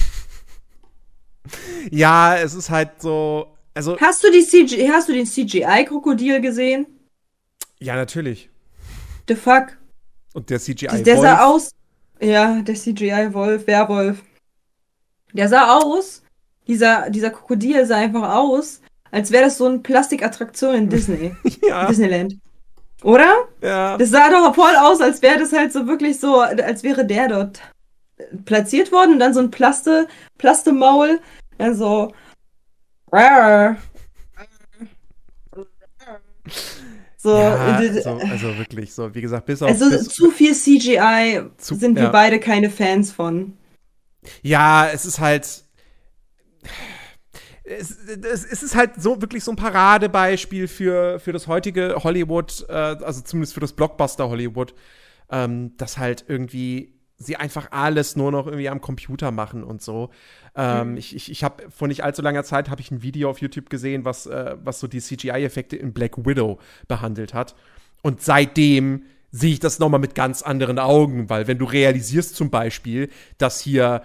Ja, es ist halt so, also. Hast du den CGI-Krokodil gesehen? Ja, natürlich. The fuck? Und der CGI-Wolf. Der sah aus. Ja, der CGI-Wolf, Werwolf. Der sah aus. Dieser Krokodil sah einfach aus, als wäre das so eine Plastikattraktion in Disney. Ja. Disneyland. Oder? Ja. Das sah doch voll aus, als wäre das halt so wirklich so, als wäre der dort platziert worden und dann so ein Plastemaul. Dann so. So, ja, also wirklich, so, wie gesagt, zu viel CGI sind wir beide keine Fans von. Ja, es ist halt. Es ist halt so wirklich so ein Paradebeispiel für das heutige Hollywood, also zumindest für das Blockbuster-Hollywood, dass halt irgendwie sie einfach alles nur noch irgendwie am Computer machen und so. Ich habe vor nicht allzu langer Zeit habe ich ein Video auf YouTube gesehen, was so die CGI-Effekte in Black Widow behandelt hat. Und seitdem sehe ich das nochmal mit ganz anderen Augen, weil wenn du realisierst zum Beispiel, dass hier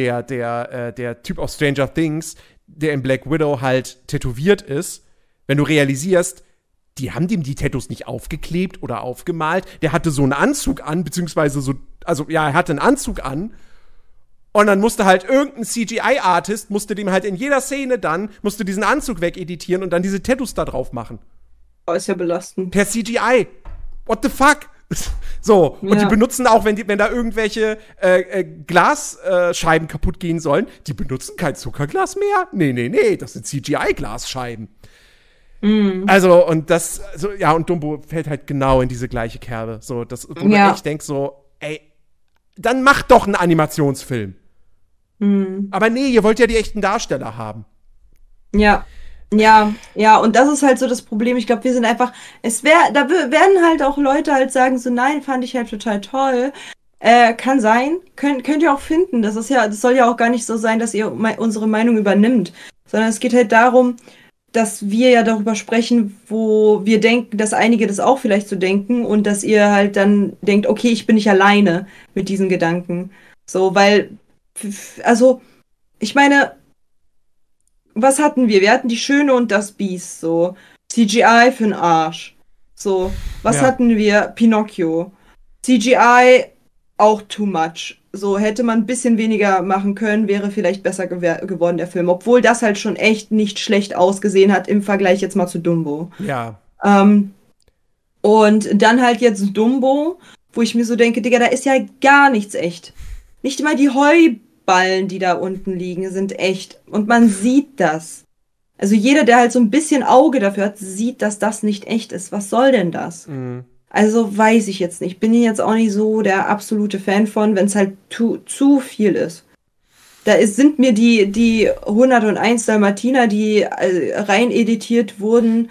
der Typ aus Stranger Things, der in Black Widow halt tätowiert ist, wenn du realisierst, die haben dem die Tattoos nicht aufgeklebt oder aufgemalt. Der hatte so einen Anzug an, beziehungsweise er hatte einen Anzug an. Und dann musste halt irgendein CGI-Artist, musste dem halt in jeder Szene musste diesen Anzug wegeditieren und dann diese Tattoos da drauf machen. Oh, ist ja belastend. Per CGI. What the fuck? So, und die benutzen auch, wenn da irgendwelche Glasscheiben kaputt gehen sollen, die benutzen kein Zuckerglas mehr. Nee, das sind CGI-Glasscheiben. Also, und und Dumbo fällt halt genau in diese gleiche Kerbe. So, wo man echt denkt so, ey, dann mach doch einen Animationsfilm. Aber nee, ihr wollt ja die echten Darsteller haben. Ja, und das ist halt so das Problem. Ich glaube, wir sind einfach, da werden halt auch Leute halt sagen so, nein, fand ich halt total toll. Kann sein, könnt ihr auch finden. Das soll ja auch gar nicht so sein, dass ihr unsere Meinung übernimmt, sondern es geht halt darum, dass wir ja darüber sprechen, wo wir denken, dass einige das auch vielleicht so denken und dass ihr halt dann denkt, okay, ich bin nicht alleine mit diesen Gedanken. So, weil, also, ich meine, was hatten wir? Wir hatten die Schöne und das Biest, so. CGI für den Arsch. So, was hatten wir? Pinocchio. CGI auch too much. So, hätte man ein bisschen weniger machen können, wäre vielleicht besser geworden, der Film. Obwohl das halt schon echt nicht schlecht ausgesehen hat im Vergleich jetzt mal zu Dumbo. Ja. Und dann halt jetzt Dumbo, wo ich mir so denke, Digga, da ist ja gar nichts echt. Nicht mal die Luftballen, die da unten liegen, sind echt. Und man sieht das. Also jeder, der halt so ein bisschen Auge dafür hat, sieht, dass das nicht echt ist. Was soll denn das? Also weiß ich jetzt nicht. Bin ich jetzt auch nicht so der absolute Fan von, wenn es halt zu viel ist. Sind mir die 101 Dalmatiner, die rein editiert wurden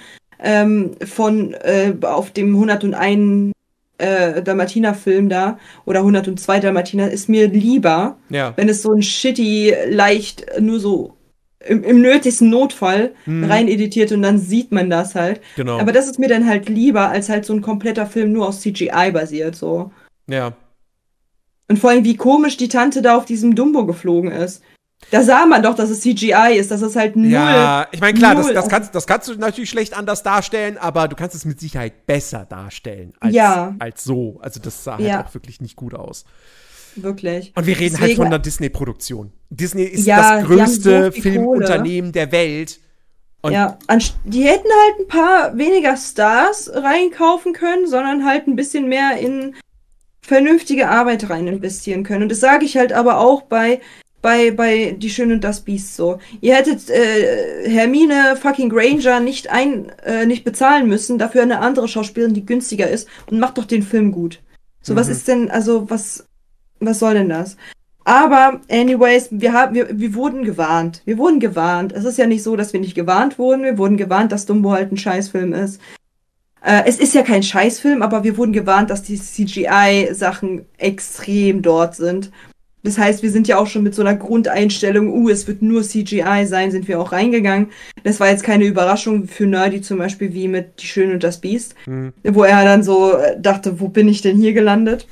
auf dem 101 Dalmatiner-Film da oder 102 Dalmatiner, ist mir lieber, Ja. wenn es so ein shitty, leicht, nur so im nötigsten Notfall rein editiert und dann sieht man das halt. Genau. Aber das ist mir dann halt lieber, als halt so ein kompletter Film nur aus CGI basiert, so. Ja. Und vor allem, wie komisch die Tante da auf diesem Dumbo geflogen ist. Da sah man doch, dass es CGI ist, dass es halt null. Ja, ich meine, klar, null- das kannst du natürlich schlecht anders darstellen, aber du kannst es mit Sicherheit besser darstellen als so. Also das sah halt auch wirklich nicht gut aus. Wirklich. Und wir reden halt von einer Disney-Produktion. Disney ist Ja, das die haben größte so viel Filmunternehmen der Welt. Und Ja, die hätten halt ein paar weniger Stars reinkaufen können, sondern halt ein bisschen mehr in vernünftige Arbeit rein investieren können. Und das sage ich halt aber auch bei Die Schöne und das Biest so. Ihr hättet Hermine fucking Granger nicht bezahlen müssen, dafür eine andere Schauspielerin, die günstiger ist, und macht doch den Film gut. So, was ist denn, also was soll denn das? Aber, anyways, wir wurden gewarnt. Wir wurden gewarnt. Es ist ja nicht so, dass wir nicht gewarnt wurden. Wir wurden gewarnt, dass Dumbo halt ein Scheißfilm ist. Es ist ja kein Scheißfilm, aber wir wurden gewarnt, dass die CGI-Sachen extrem dort sind. Das heißt, wir sind ja auch schon mit so einer Grundeinstellung, es wird nur CGI sein, sind wir auch reingegangen. Das war jetzt keine Überraschung für Nerdy zum Beispiel, wie mit Die Schöne und das Biest, wo er dann so dachte, wo bin ich denn hier gelandet?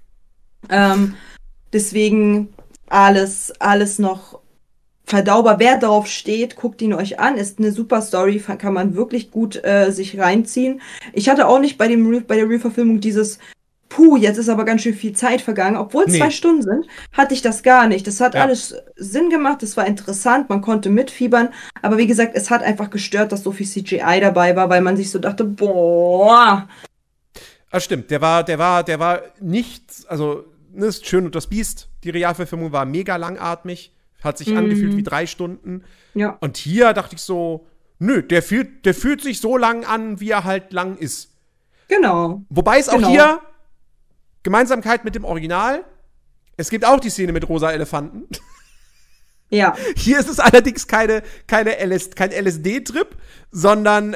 Deswegen alles noch verdaubar. Wer darauf steht, guckt ihn euch an. Ist eine super Story, kann man wirklich gut sich reinziehen. Ich hatte auch nicht bei der Reverfilmung dieses jetzt ist aber ganz schön viel Zeit vergangen. Obwohl es 2 Stunden sind, hatte ich das gar nicht. Das hat alles Sinn gemacht, das war interessant, man konnte mitfiebern. Aber wie gesagt, es hat einfach gestört, dass so viel CGI dabei war, weil man sich so dachte, boah. Ah, stimmt, der war nicht, also, ne, ist Schön und das Biest, die Realverfilmung war mega langatmig, hat sich angefühlt wie 3 Stunden. Ja. Und hier dachte ich so, nö, der fühlt sich so lang an, wie er halt lang ist. Genau. Wobei es auch hier Gemeinsamkeit mit dem Original. Es gibt auch die Szene mit rosa Elefanten. Ja. Hier ist es allerdings kein LSD-Trip, sondern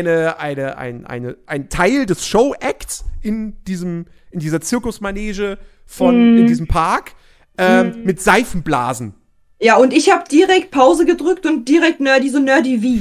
ein Teil des Show-Acts in dieser Zirkusmanege in diesem Park mit Seifenblasen. Ja, und ich habe direkt Pause gedrückt und direkt nerdy wie.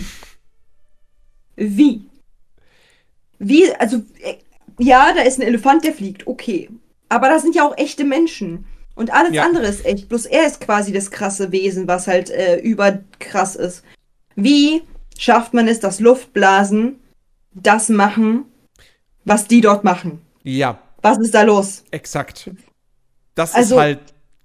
Wie, also, ja, da ist ein Elefant, der fliegt, okay. Aber das sind ja auch echte Menschen. Und alles andere ist echt. Bloß er ist quasi das krasse Wesen, was halt überkrass ist. Wie schafft man es, dass Luftblasen das machen, was die dort machen? Ja. Was ist da los? Exakt. Das ist halt.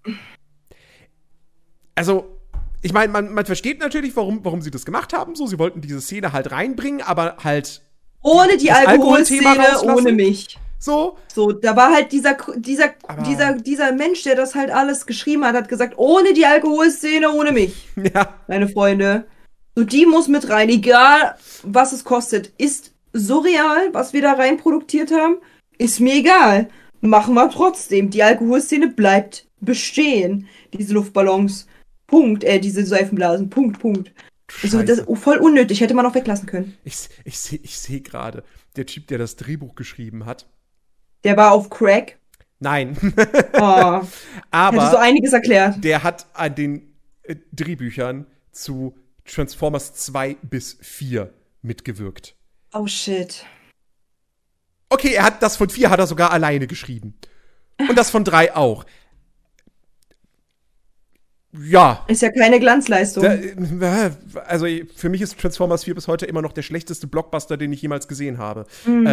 Also, ich meine, man versteht natürlich, warum sie das gemacht haben. So, sie wollten diese Szene halt reinbringen, aber halt. Ohne die Alkoholthema Alkoholszene, ohne mich. So, da war halt dieser Mensch, der das halt alles geschrieben hat gesagt, ohne die Alkoholszene, ohne mich. Ja. Meine Freunde. So, die muss mit rein, egal was es kostet. Ist surreal, was wir da rein produziert haben. Ist mir egal. Machen wir trotzdem. Die Alkoholszene bleibt bestehen. Diese Luftballons. Punkt. Diese Seifenblasen. Punkt. Also, das ist voll unnötig. Hätte man auch weglassen können. Ich sehe gerade, der Typ, der das Drehbuch geschrieben hat. Der war auf Crack. Nein. Oh, aber hätte so einiges erklärt. Der hat an den Drehbüchern zu Transformers 2 bis 4 mitgewirkt. Oh, shit. Okay, das von 4 hat er sogar alleine geschrieben. Und das von 3 auch. Ja. Ist ja keine Glanzleistung. Also für mich ist Transformers 4 bis heute immer noch der schlechteste Blockbuster, den ich jemals gesehen habe.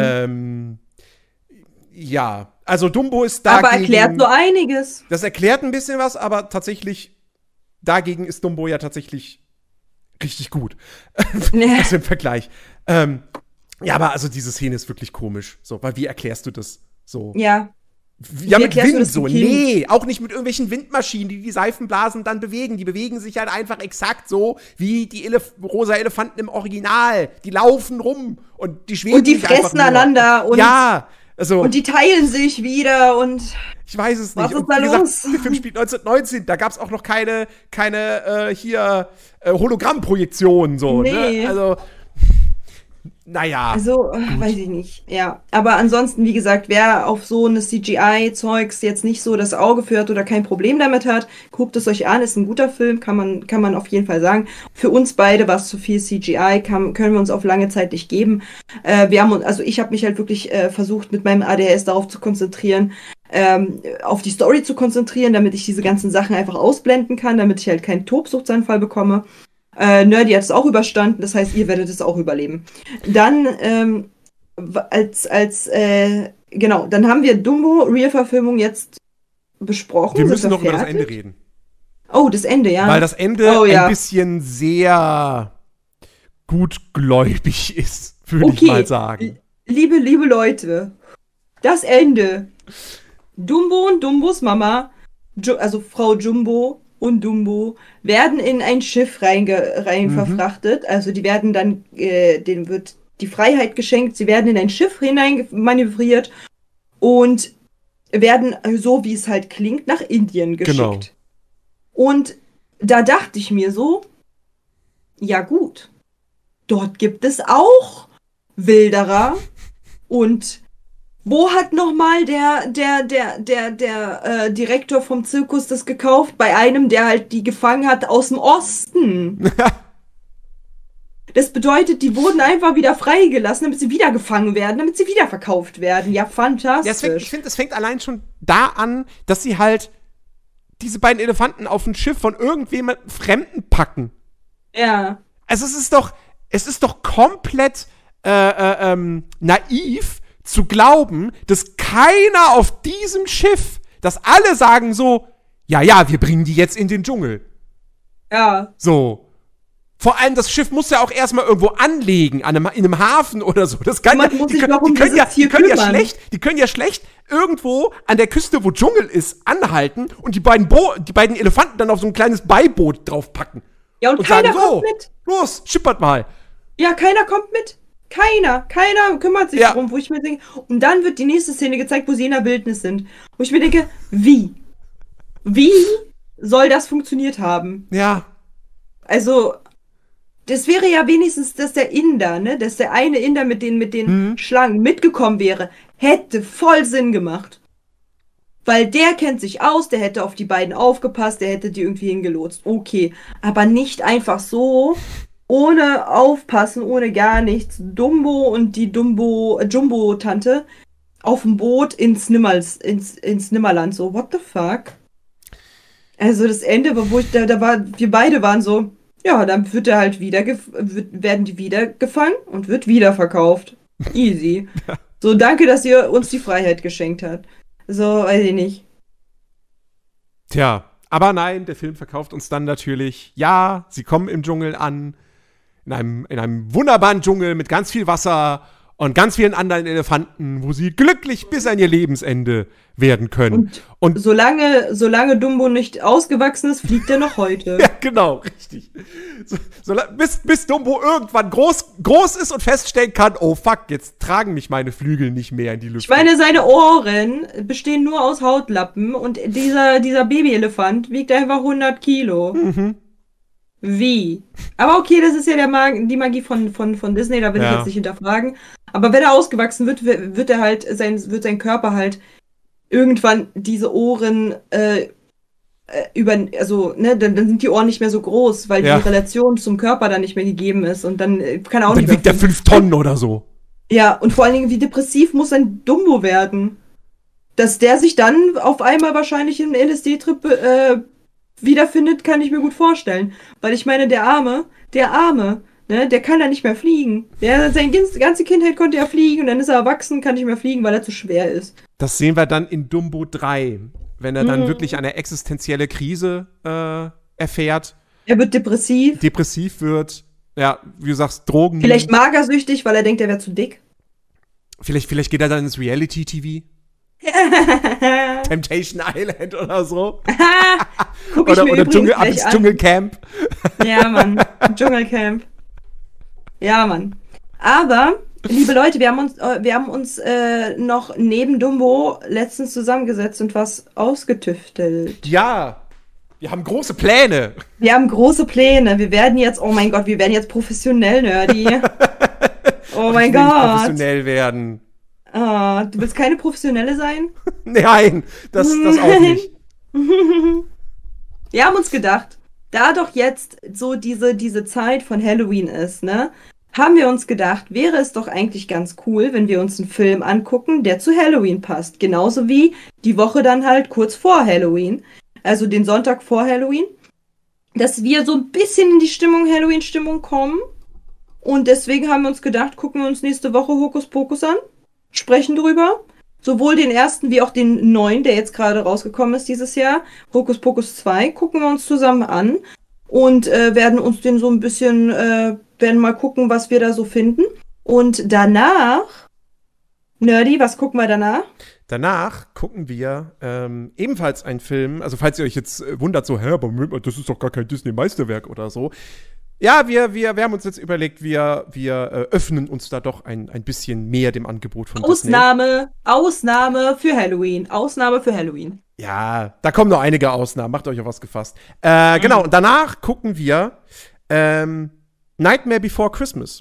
Ja, also Dumbo ist dagegen. Aber erklärt so einiges. Das erklärt ein bisschen was, aber tatsächlich, dagegen ist Dumbo ja tatsächlich richtig gut. Also im Vergleich. Ja, aber also diese Szene ist wirklich komisch. So, weil wie erklärst du das so? Ja. Ja, mit erklärst du Wind das dem so. Kind? Nee, auch nicht mit irgendwelchen Windmaschinen, die Seifenblasen dann bewegen. Die bewegen sich halt einfach exakt so, wie die rosa Elefanten im Original. Die laufen rum und die schweben Und die nicht einfach fressen nur. einander und, Ja, also, und die teilen sich wieder und ich weiß es was nicht. ist Und da wie gesagt, los? der Film spielt 1919. Da gab es auch noch keine Hologrammprojektion so. Nee. Ne? Also, naja. Also, weiß ich nicht. Ja, aber ansonsten, wie gesagt, wer auf so eine CGI-Zeugs jetzt nicht so das Auge für hat oder kein Problem damit hat, guckt es euch an, ist ein guter Film, kann man auf jeden Fall sagen. Für uns beide war es zu viel CGI, können wir uns auf lange Zeit nicht geben. Ich habe mich halt wirklich versucht, mit meinem ADHS darauf zu konzentrieren, auf die Story zu konzentrieren, damit ich diese ganzen Sachen einfach ausblenden kann, damit ich halt keinen Tobsuchtsanfall bekomme. Nerdy hat es auch überstanden, das heißt, ihr werdet es auch überleben. Dann, dann haben wir Dumbo, Real-Verfilmung jetzt besprochen. Wir Sind müssen noch über das fertig? Ende reden. Oh, das Ende, ja. Weil das Ende Oh, ja. ein bisschen sehr gutgläubig ist, würde ich Okay. mal sagen. Liebe Leute, das Ende. Dumbo und Dumbos Mama, also Frau Jumbo und Dumbo, werden in ein Schiff rein verfrachtet. Also die werden dann, denen wird die Freiheit geschenkt, sie werden in ein Schiff hinein manövriert und werden, so wie es halt klingt, nach Indien geschickt. Genau. Und da dachte ich mir so, ja gut, dort gibt es auch Wilderer und wo hat nochmal der Direktor vom Zirkus das gekauft? Bei einem, der halt die gefangen hat aus dem Osten. Das bedeutet, die wurden einfach wieder freigelassen, damit sie wieder gefangen werden, damit sie wieder verkauft werden. Ja, fantastisch. Ja, ich finde, es fängt allein schon da an, dass sie halt diese beiden Elefanten auf ein Schiff von irgendjemandem Fremden packen. Ja. Also es ist doch komplett naiv zu glauben, dass keiner auf diesem Schiff, dass alle sagen so, ja, wir bringen die jetzt in den Dschungel. Ja. So. Vor allem, das Schiff muss ja auch erstmal irgendwo anlegen, in einem Hafen oder so. Das kann Man ja, muss sich noch um dieses Tier die können kümmern. ja schlecht irgendwo an der Küste, wo Dschungel ist, anhalten und die beiden Elefanten dann auf so ein kleines Beiboot draufpacken. Ja, und Und keiner sagen, so, kommt mit. los, schippert mal. Ja, keiner kommt mit. Keiner kümmert sich Ja. darum, wo ich mir denke, und dann wird die nächste Szene gezeigt, wo sie in der Wildnis sind. Wo ich mir denke, wie? Wie soll das funktioniert haben? Ja. Also, das wäre ja wenigstens, dass der Inder, ne, dass der eine Inder mit den Schlangen mitgekommen wäre, hätte voll Sinn gemacht. Weil der kennt sich aus, der hätte auf die beiden aufgepasst, der hätte die irgendwie hingelotst. Okay, aber nicht einfach so, ohne aufpassen, ohne gar nichts. Dumbo und die Jumbo-Tante auf dem Boot ins Nimmerland. So, what the fuck? Also das Ende, wo wir beide waren so, ja, dann wird er halt werden die wieder gefangen und wird wieder verkauft. Easy. So, danke, dass ihr uns die Freiheit geschenkt habt. So, weiß ich nicht. Tja, aber nein, der Film verkauft uns dann natürlich, ja, sie kommen im Dschungel an, in einem wunderbaren Dschungel mit ganz viel Wasser und ganz vielen anderen Elefanten, wo sie glücklich bis an ihr Lebensende werden können. Und Solange Dumbo nicht ausgewachsen ist, fliegt er noch heute. ja, genau, richtig. Bis Dumbo irgendwann groß ist und feststellen kann, oh fuck, jetzt tragen mich meine Flügel nicht mehr in die Lüfte. Ich meine, seine Ohren bestehen nur aus Hautlappen und dieser Babyelefant wiegt einfach 100 Kilo. Wie? Aber okay, das ist ja die Magie von Disney, da will ich Ja. jetzt nicht hinterfragen. Aber wenn er ausgewachsen wird, wird sein Körper halt irgendwann diese Ohren dann sind die Ohren nicht mehr so groß, weil Ja. die Relation zum Körper dann nicht mehr gegeben ist und dann kann er auch dann nicht mehr wiegt der 5 Tonnen oder so. Ja, und vor allen Dingen, wie depressiv muss ein Dumbo werden? Dass der sich dann auf einmal wahrscheinlich im LSD-Trip wiederfindet, kann ich mir gut vorstellen. Weil ich meine, der Arme, ne, der kann ja nicht mehr fliegen. Seine ganze Kindheit konnte er fliegen und dann ist er erwachsen, kann nicht mehr fliegen, weil er zu schwer ist. Das sehen wir dann in Dumbo 3, wenn er dann wirklich eine existenzielle Krise erfährt, Er wird depressiv wird, ja, wie du sagst, Drogen. vielleicht magersüchtig, weil er denkt, er wäre zu dick. Vielleicht geht er dann ins Reality-TV. Temptation Island oder so. Guck ich mir Oder übrigens gleich an. Dschungelcamp. Ja, Mann. Dschungelcamp. Ja, Mann. Aber, liebe Leute, wir haben uns noch neben Dumbo letztens zusammengesetzt und was ausgetüftelt. Ja, wir haben große Pläne. Wir haben große Pläne. Wir werden jetzt, oh mein Gott, wir werden jetzt professionell, Nerdy. Oh mein Ich will nicht Gott. professionell werden. Ah, du willst keine Professionelle sein? Nein, das auch nicht. Wir haben uns gedacht, da doch jetzt so diese Zeit von Halloween ist, ne, haben wir uns gedacht, wäre es doch eigentlich ganz cool, wenn wir uns einen Film angucken, der zu Halloween passt. Genauso wie die Woche dann halt kurz vor Halloween, also den Sonntag vor Halloween, dass wir so ein bisschen in die Halloween-Stimmung kommen. Und deswegen haben wir uns gedacht, gucken wir uns nächste Woche Hokus Pokus an, sprechen drüber. Sowohl den ersten wie auch den neuen, der jetzt gerade rausgekommen ist dieses Jahr, Hokus Pokus 2, gucken wir uns zusammen an und werden uns den so ein bisschen, werden mal gucken, was wir da so finden. Und danach, Nerdy, was gucken wir danach? Danach gucken wir ebenfalls einen Film, also falls ihr euch jetzt wundert, so, aber das ist doch gar kein Disney-Meisterwerk oder so. Ja, wir haben uns jetzt überlegt, wir öffnen uns da doch ein bisschen mehr dem Angebot von Disney. Ausnahme für Halloween. Ja, da kommen noch einige Ausnahmen, macht euch auf was gefasst. Genau, und danach gucken wir Nightmare Before Christmas.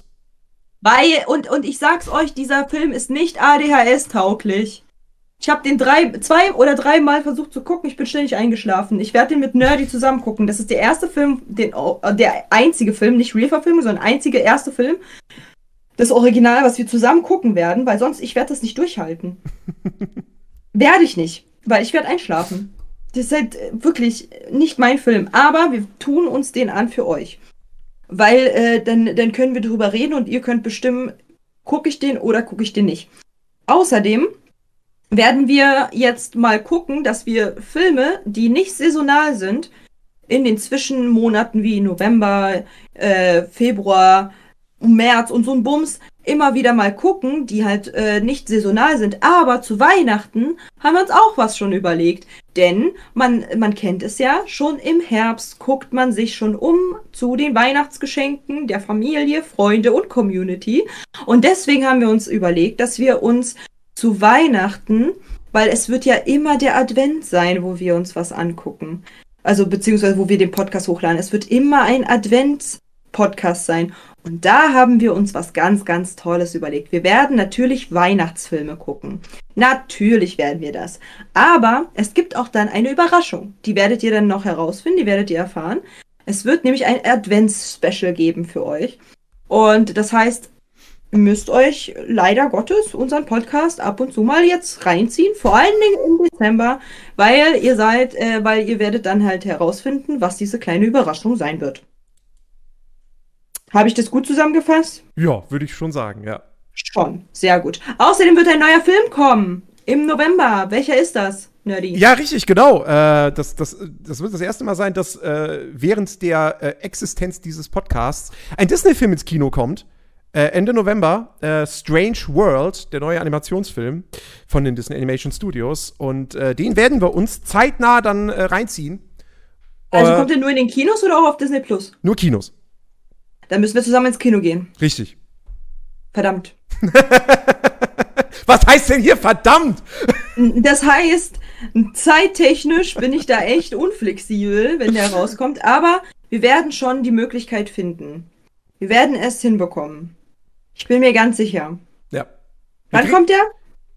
Und ich sag's euch, dieser Film ist nicht ADHS-tauglich. Ich habe den 2 oder 3 Mal versucht zu gucken, ich bin ständig eingeschlafen. Ich werde den mit Nerdy zusammen gucken. Das ist der erste Film, der einzige Film, nicht Real-Verfilmung, sondern einzige erste Film, das Original, was wir zusammen gucken werden, weil sonst, ich werde das nicht durchhalten. Werde ich nicht, weil ich werde einschlafen. Das ist halt wirklich nicht mein Film, aber wir tun uns den an für euch. Weil dann können wir drüber reden und ihr könnt bestimmen, gucke ich den oder gucke ich den nicht. Außerdem werden wir jetzt mal gucken, dass wir Filme, die nicht saisonal sind, in den Zwischenmonaten wie November, Februar, März und so ein Bums, immer wieder mal gucken, die halt nicht saisonal sind. Aber zu Weihnachten haben wir uns auch was schon überlegt. Denn man kennt es ja, schon im Herbst guckt man sich schon um zu den Weihnachtsgeschenken der Familie, Freunde und Community. Und deswegen haben wir uns überlegt, dass wir uns zu Weihnachten, weil es wird ja immer der Advent sein, wo wir uns was angucken. Also beziehungsweise wo wir den Podcast hochladen. Es wird immer ein Advents-Podcast sein. Und da haben wir uns was ganz, ganz Tolles überlegt. Wir werden natürlich Weihnachtsfilme gucken. Natürlich werden wir das. Aber es gibt auch dann eine Überraschung. Die werdet ihr dann noch herausfinden, die werdet ihr erfahren. Es wird nämlich ein Advents-Special geben für euch. Und das heißt, ihr müsst euch leider Gottes unseren Podcast ab und zu mal jetzt reinziehen, vor allen Dingen im Dezember, weil ihr werdet dann halt herausfinden, was diese kleine Überraschung sein wird. Habe ich das gut zusammengefasst? Ja, würde ich schon sagen, ja. Schon, sehr gut. Außerdem wird ein neuer Film kommen im November. Welcher ist das, Nerdy? Ja, richtig, genau. Das wird das erste Mal sein, dass während der Existenz dieses Podcasts ein Disney-Film ins Kino kommt. Ende November, Strange World, der neue Animationsfilm von den Disney Animation Studios. Und den werden wir uns zeitnah dann reinziehen. Also kommt der nur in den Kinos oder auch auf Disney Plus? Nur Kinos. Dann müssen wir zusammen ins Kino gehen. Richtig. Verdammt. Was heißt denn hier verdammt? Das heißt, zeittechnisch bin ich da echt unflexibel, wenn der rauskommt. Aber wir werden schon die Möglichkeit finden. Wir werden es hinbekommen. Ich bin mir ganz sicher. Ja. Wann kommt der?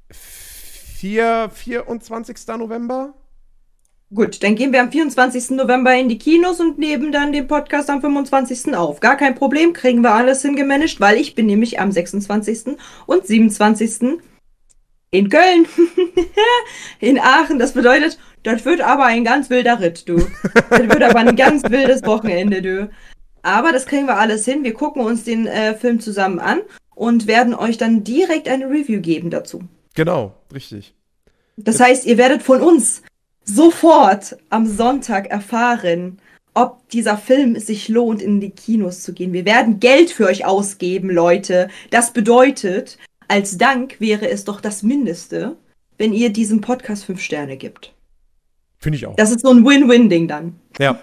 24. November? Gut, dann gehen wir am 24. November in die Kinos und nehmen dann den Podcast am 25. auf. Gar kein Problem, kriegen wir alles hingemanagt, weil ich bin nämlich am 26. und 27. in Köln. In Aachen. Das bedeutet, das wird aber ein ganz wilder Ritt, du. Das wird aber ein ganz wildes Wochenende, du. Aber das kriegen wir alles hin. Wir gucken uns den Film zusammen an und werden euch dann direkt eine Review geben dazu. Genau, richtig. Das heißt, ihr werdet von uns sofort am Sonntag erfahren, ob dieser Film es sich lohnt, in die Kinos zu gehen. Wir werden Geld für euch ausgeben, Leute. Das bedeutet, als Dank wäre es doch das Mindeste, wenn ihr diesem Podcast 5 Sterne gibt. Finde ich auch. Das ist so ein Win-Win-Ding dann. Ja.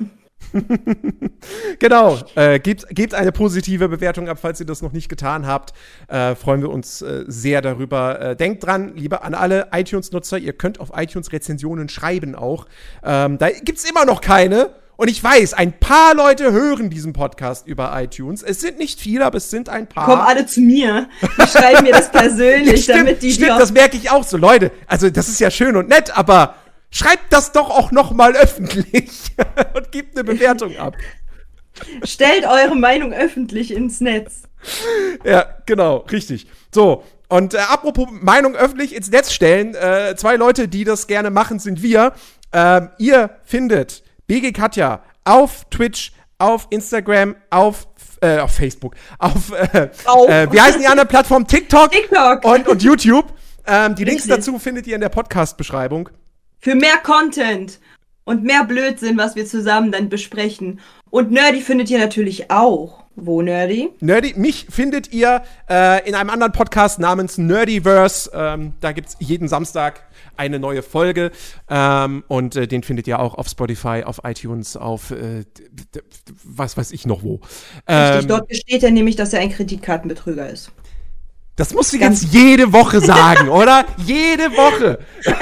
Genau. Gebt eine positive Bewertung ab, falls ihr das noch nicht getan habt. Freuen wir uns sehr darüber. Denkt dran, lieber an alle iTunes-Nutzer, ihr könnt auf iTunes Rezensionen schreiben auch. Da gibt's immer noch keine. Und ich weiß, ein paar Leute hören diesen Podcast über iTunes. Es sind nicht viele, aber es sind ein paar. Kommen alle zu mir. Die schreiben mir das persönlich, Stimmt, damit die stimmt, das merke ich auch so. Leute, also das ist ja schön und nett, aber schreibt das doch auch noch mal öffentlich und gebt eine Bewertung ab. Stellt eure Meinung öffentlich ins Netz. Ja, genau, richtig. So, und apropos Meinung öffentlich ins Netz stellen, 2 Leute, die das gerne machen, sind wir. Ihr findet BG Katja auf Twitch, auf Instagram, auf Facebook, wie heißen die anderen Plattformen? TikTok. Und YouTube. Die Links dazu findet ihr in der Podcast-Beschreibung. Für mehr Content und mehr Blödsinn, was wir zusammen dann besprechen. Und Nerdy findet ihr natürlich auch. Wo, Nerdy? Nerdy, mich findet ihr in einem anderen Podcast namens Nerdyverse. Da gibt's jeden Samstag eine neue Folge. Und den findet ihr auch auf Spotify, auf iTunes, auf was weiß ich noch wo. Richtig, dort steht ja nämlich, dass er ein Kreditkartenbetrüger ist. Das musst du jetzt jede Woche sagen, oder? Jede Woche.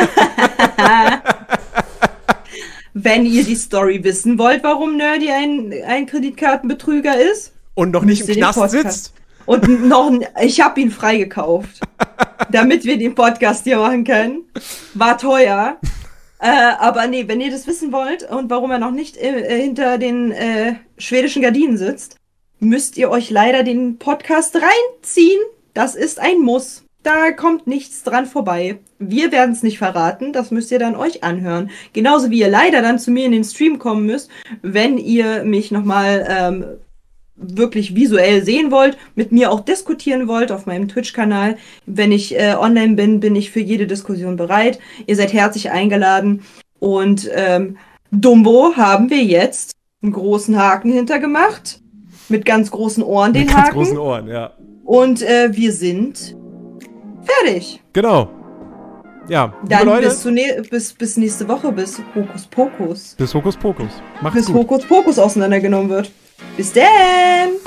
Wenn ihr die Story wissen wollt, warum Nerdy ein Kreditkartenbetrüger ist. Und noch nicht im Knast sitzt. Und ich habe ihn freigekauft, damit wir den Podcast hier machen können. War teuer. Aber nee, wenn ihr das wissen wollt und warum er noch nicht hinter den schwedischen Gardinen sitzt, müsst ihr euch leider den Podcast reinziehen. Das ist ein Muss. Da kommt nichts dran vorbei. Wir werden es nicht verraten, das müsst ihr dann euch anhören. Genauso wie ihr leider dann zu mir in den Stream kommen müsst, wenn ihr mich nochmal wirklich visuell sehen wollt, mit mir auch diskutieren wollt auf meinem Twitch-Kanal. Wenn ich online bin, bin ich für jede Diskussion bereit. Ihr seid herzlich eingeladen. Und Dumbo haben wir jetzt einen großen Haken hintergemacht. Mit ganz großen Ohren den Haken. Mit ganz großen Ohren, ja. Und wir sind fertig. Genau. Ja, dann Leute, bis nächste Woche, bis Hokus Pokus. Bis Hokus Pokus. Macht's bis gut. Hokus Pokus auseinandergenommen wird. Bis dann!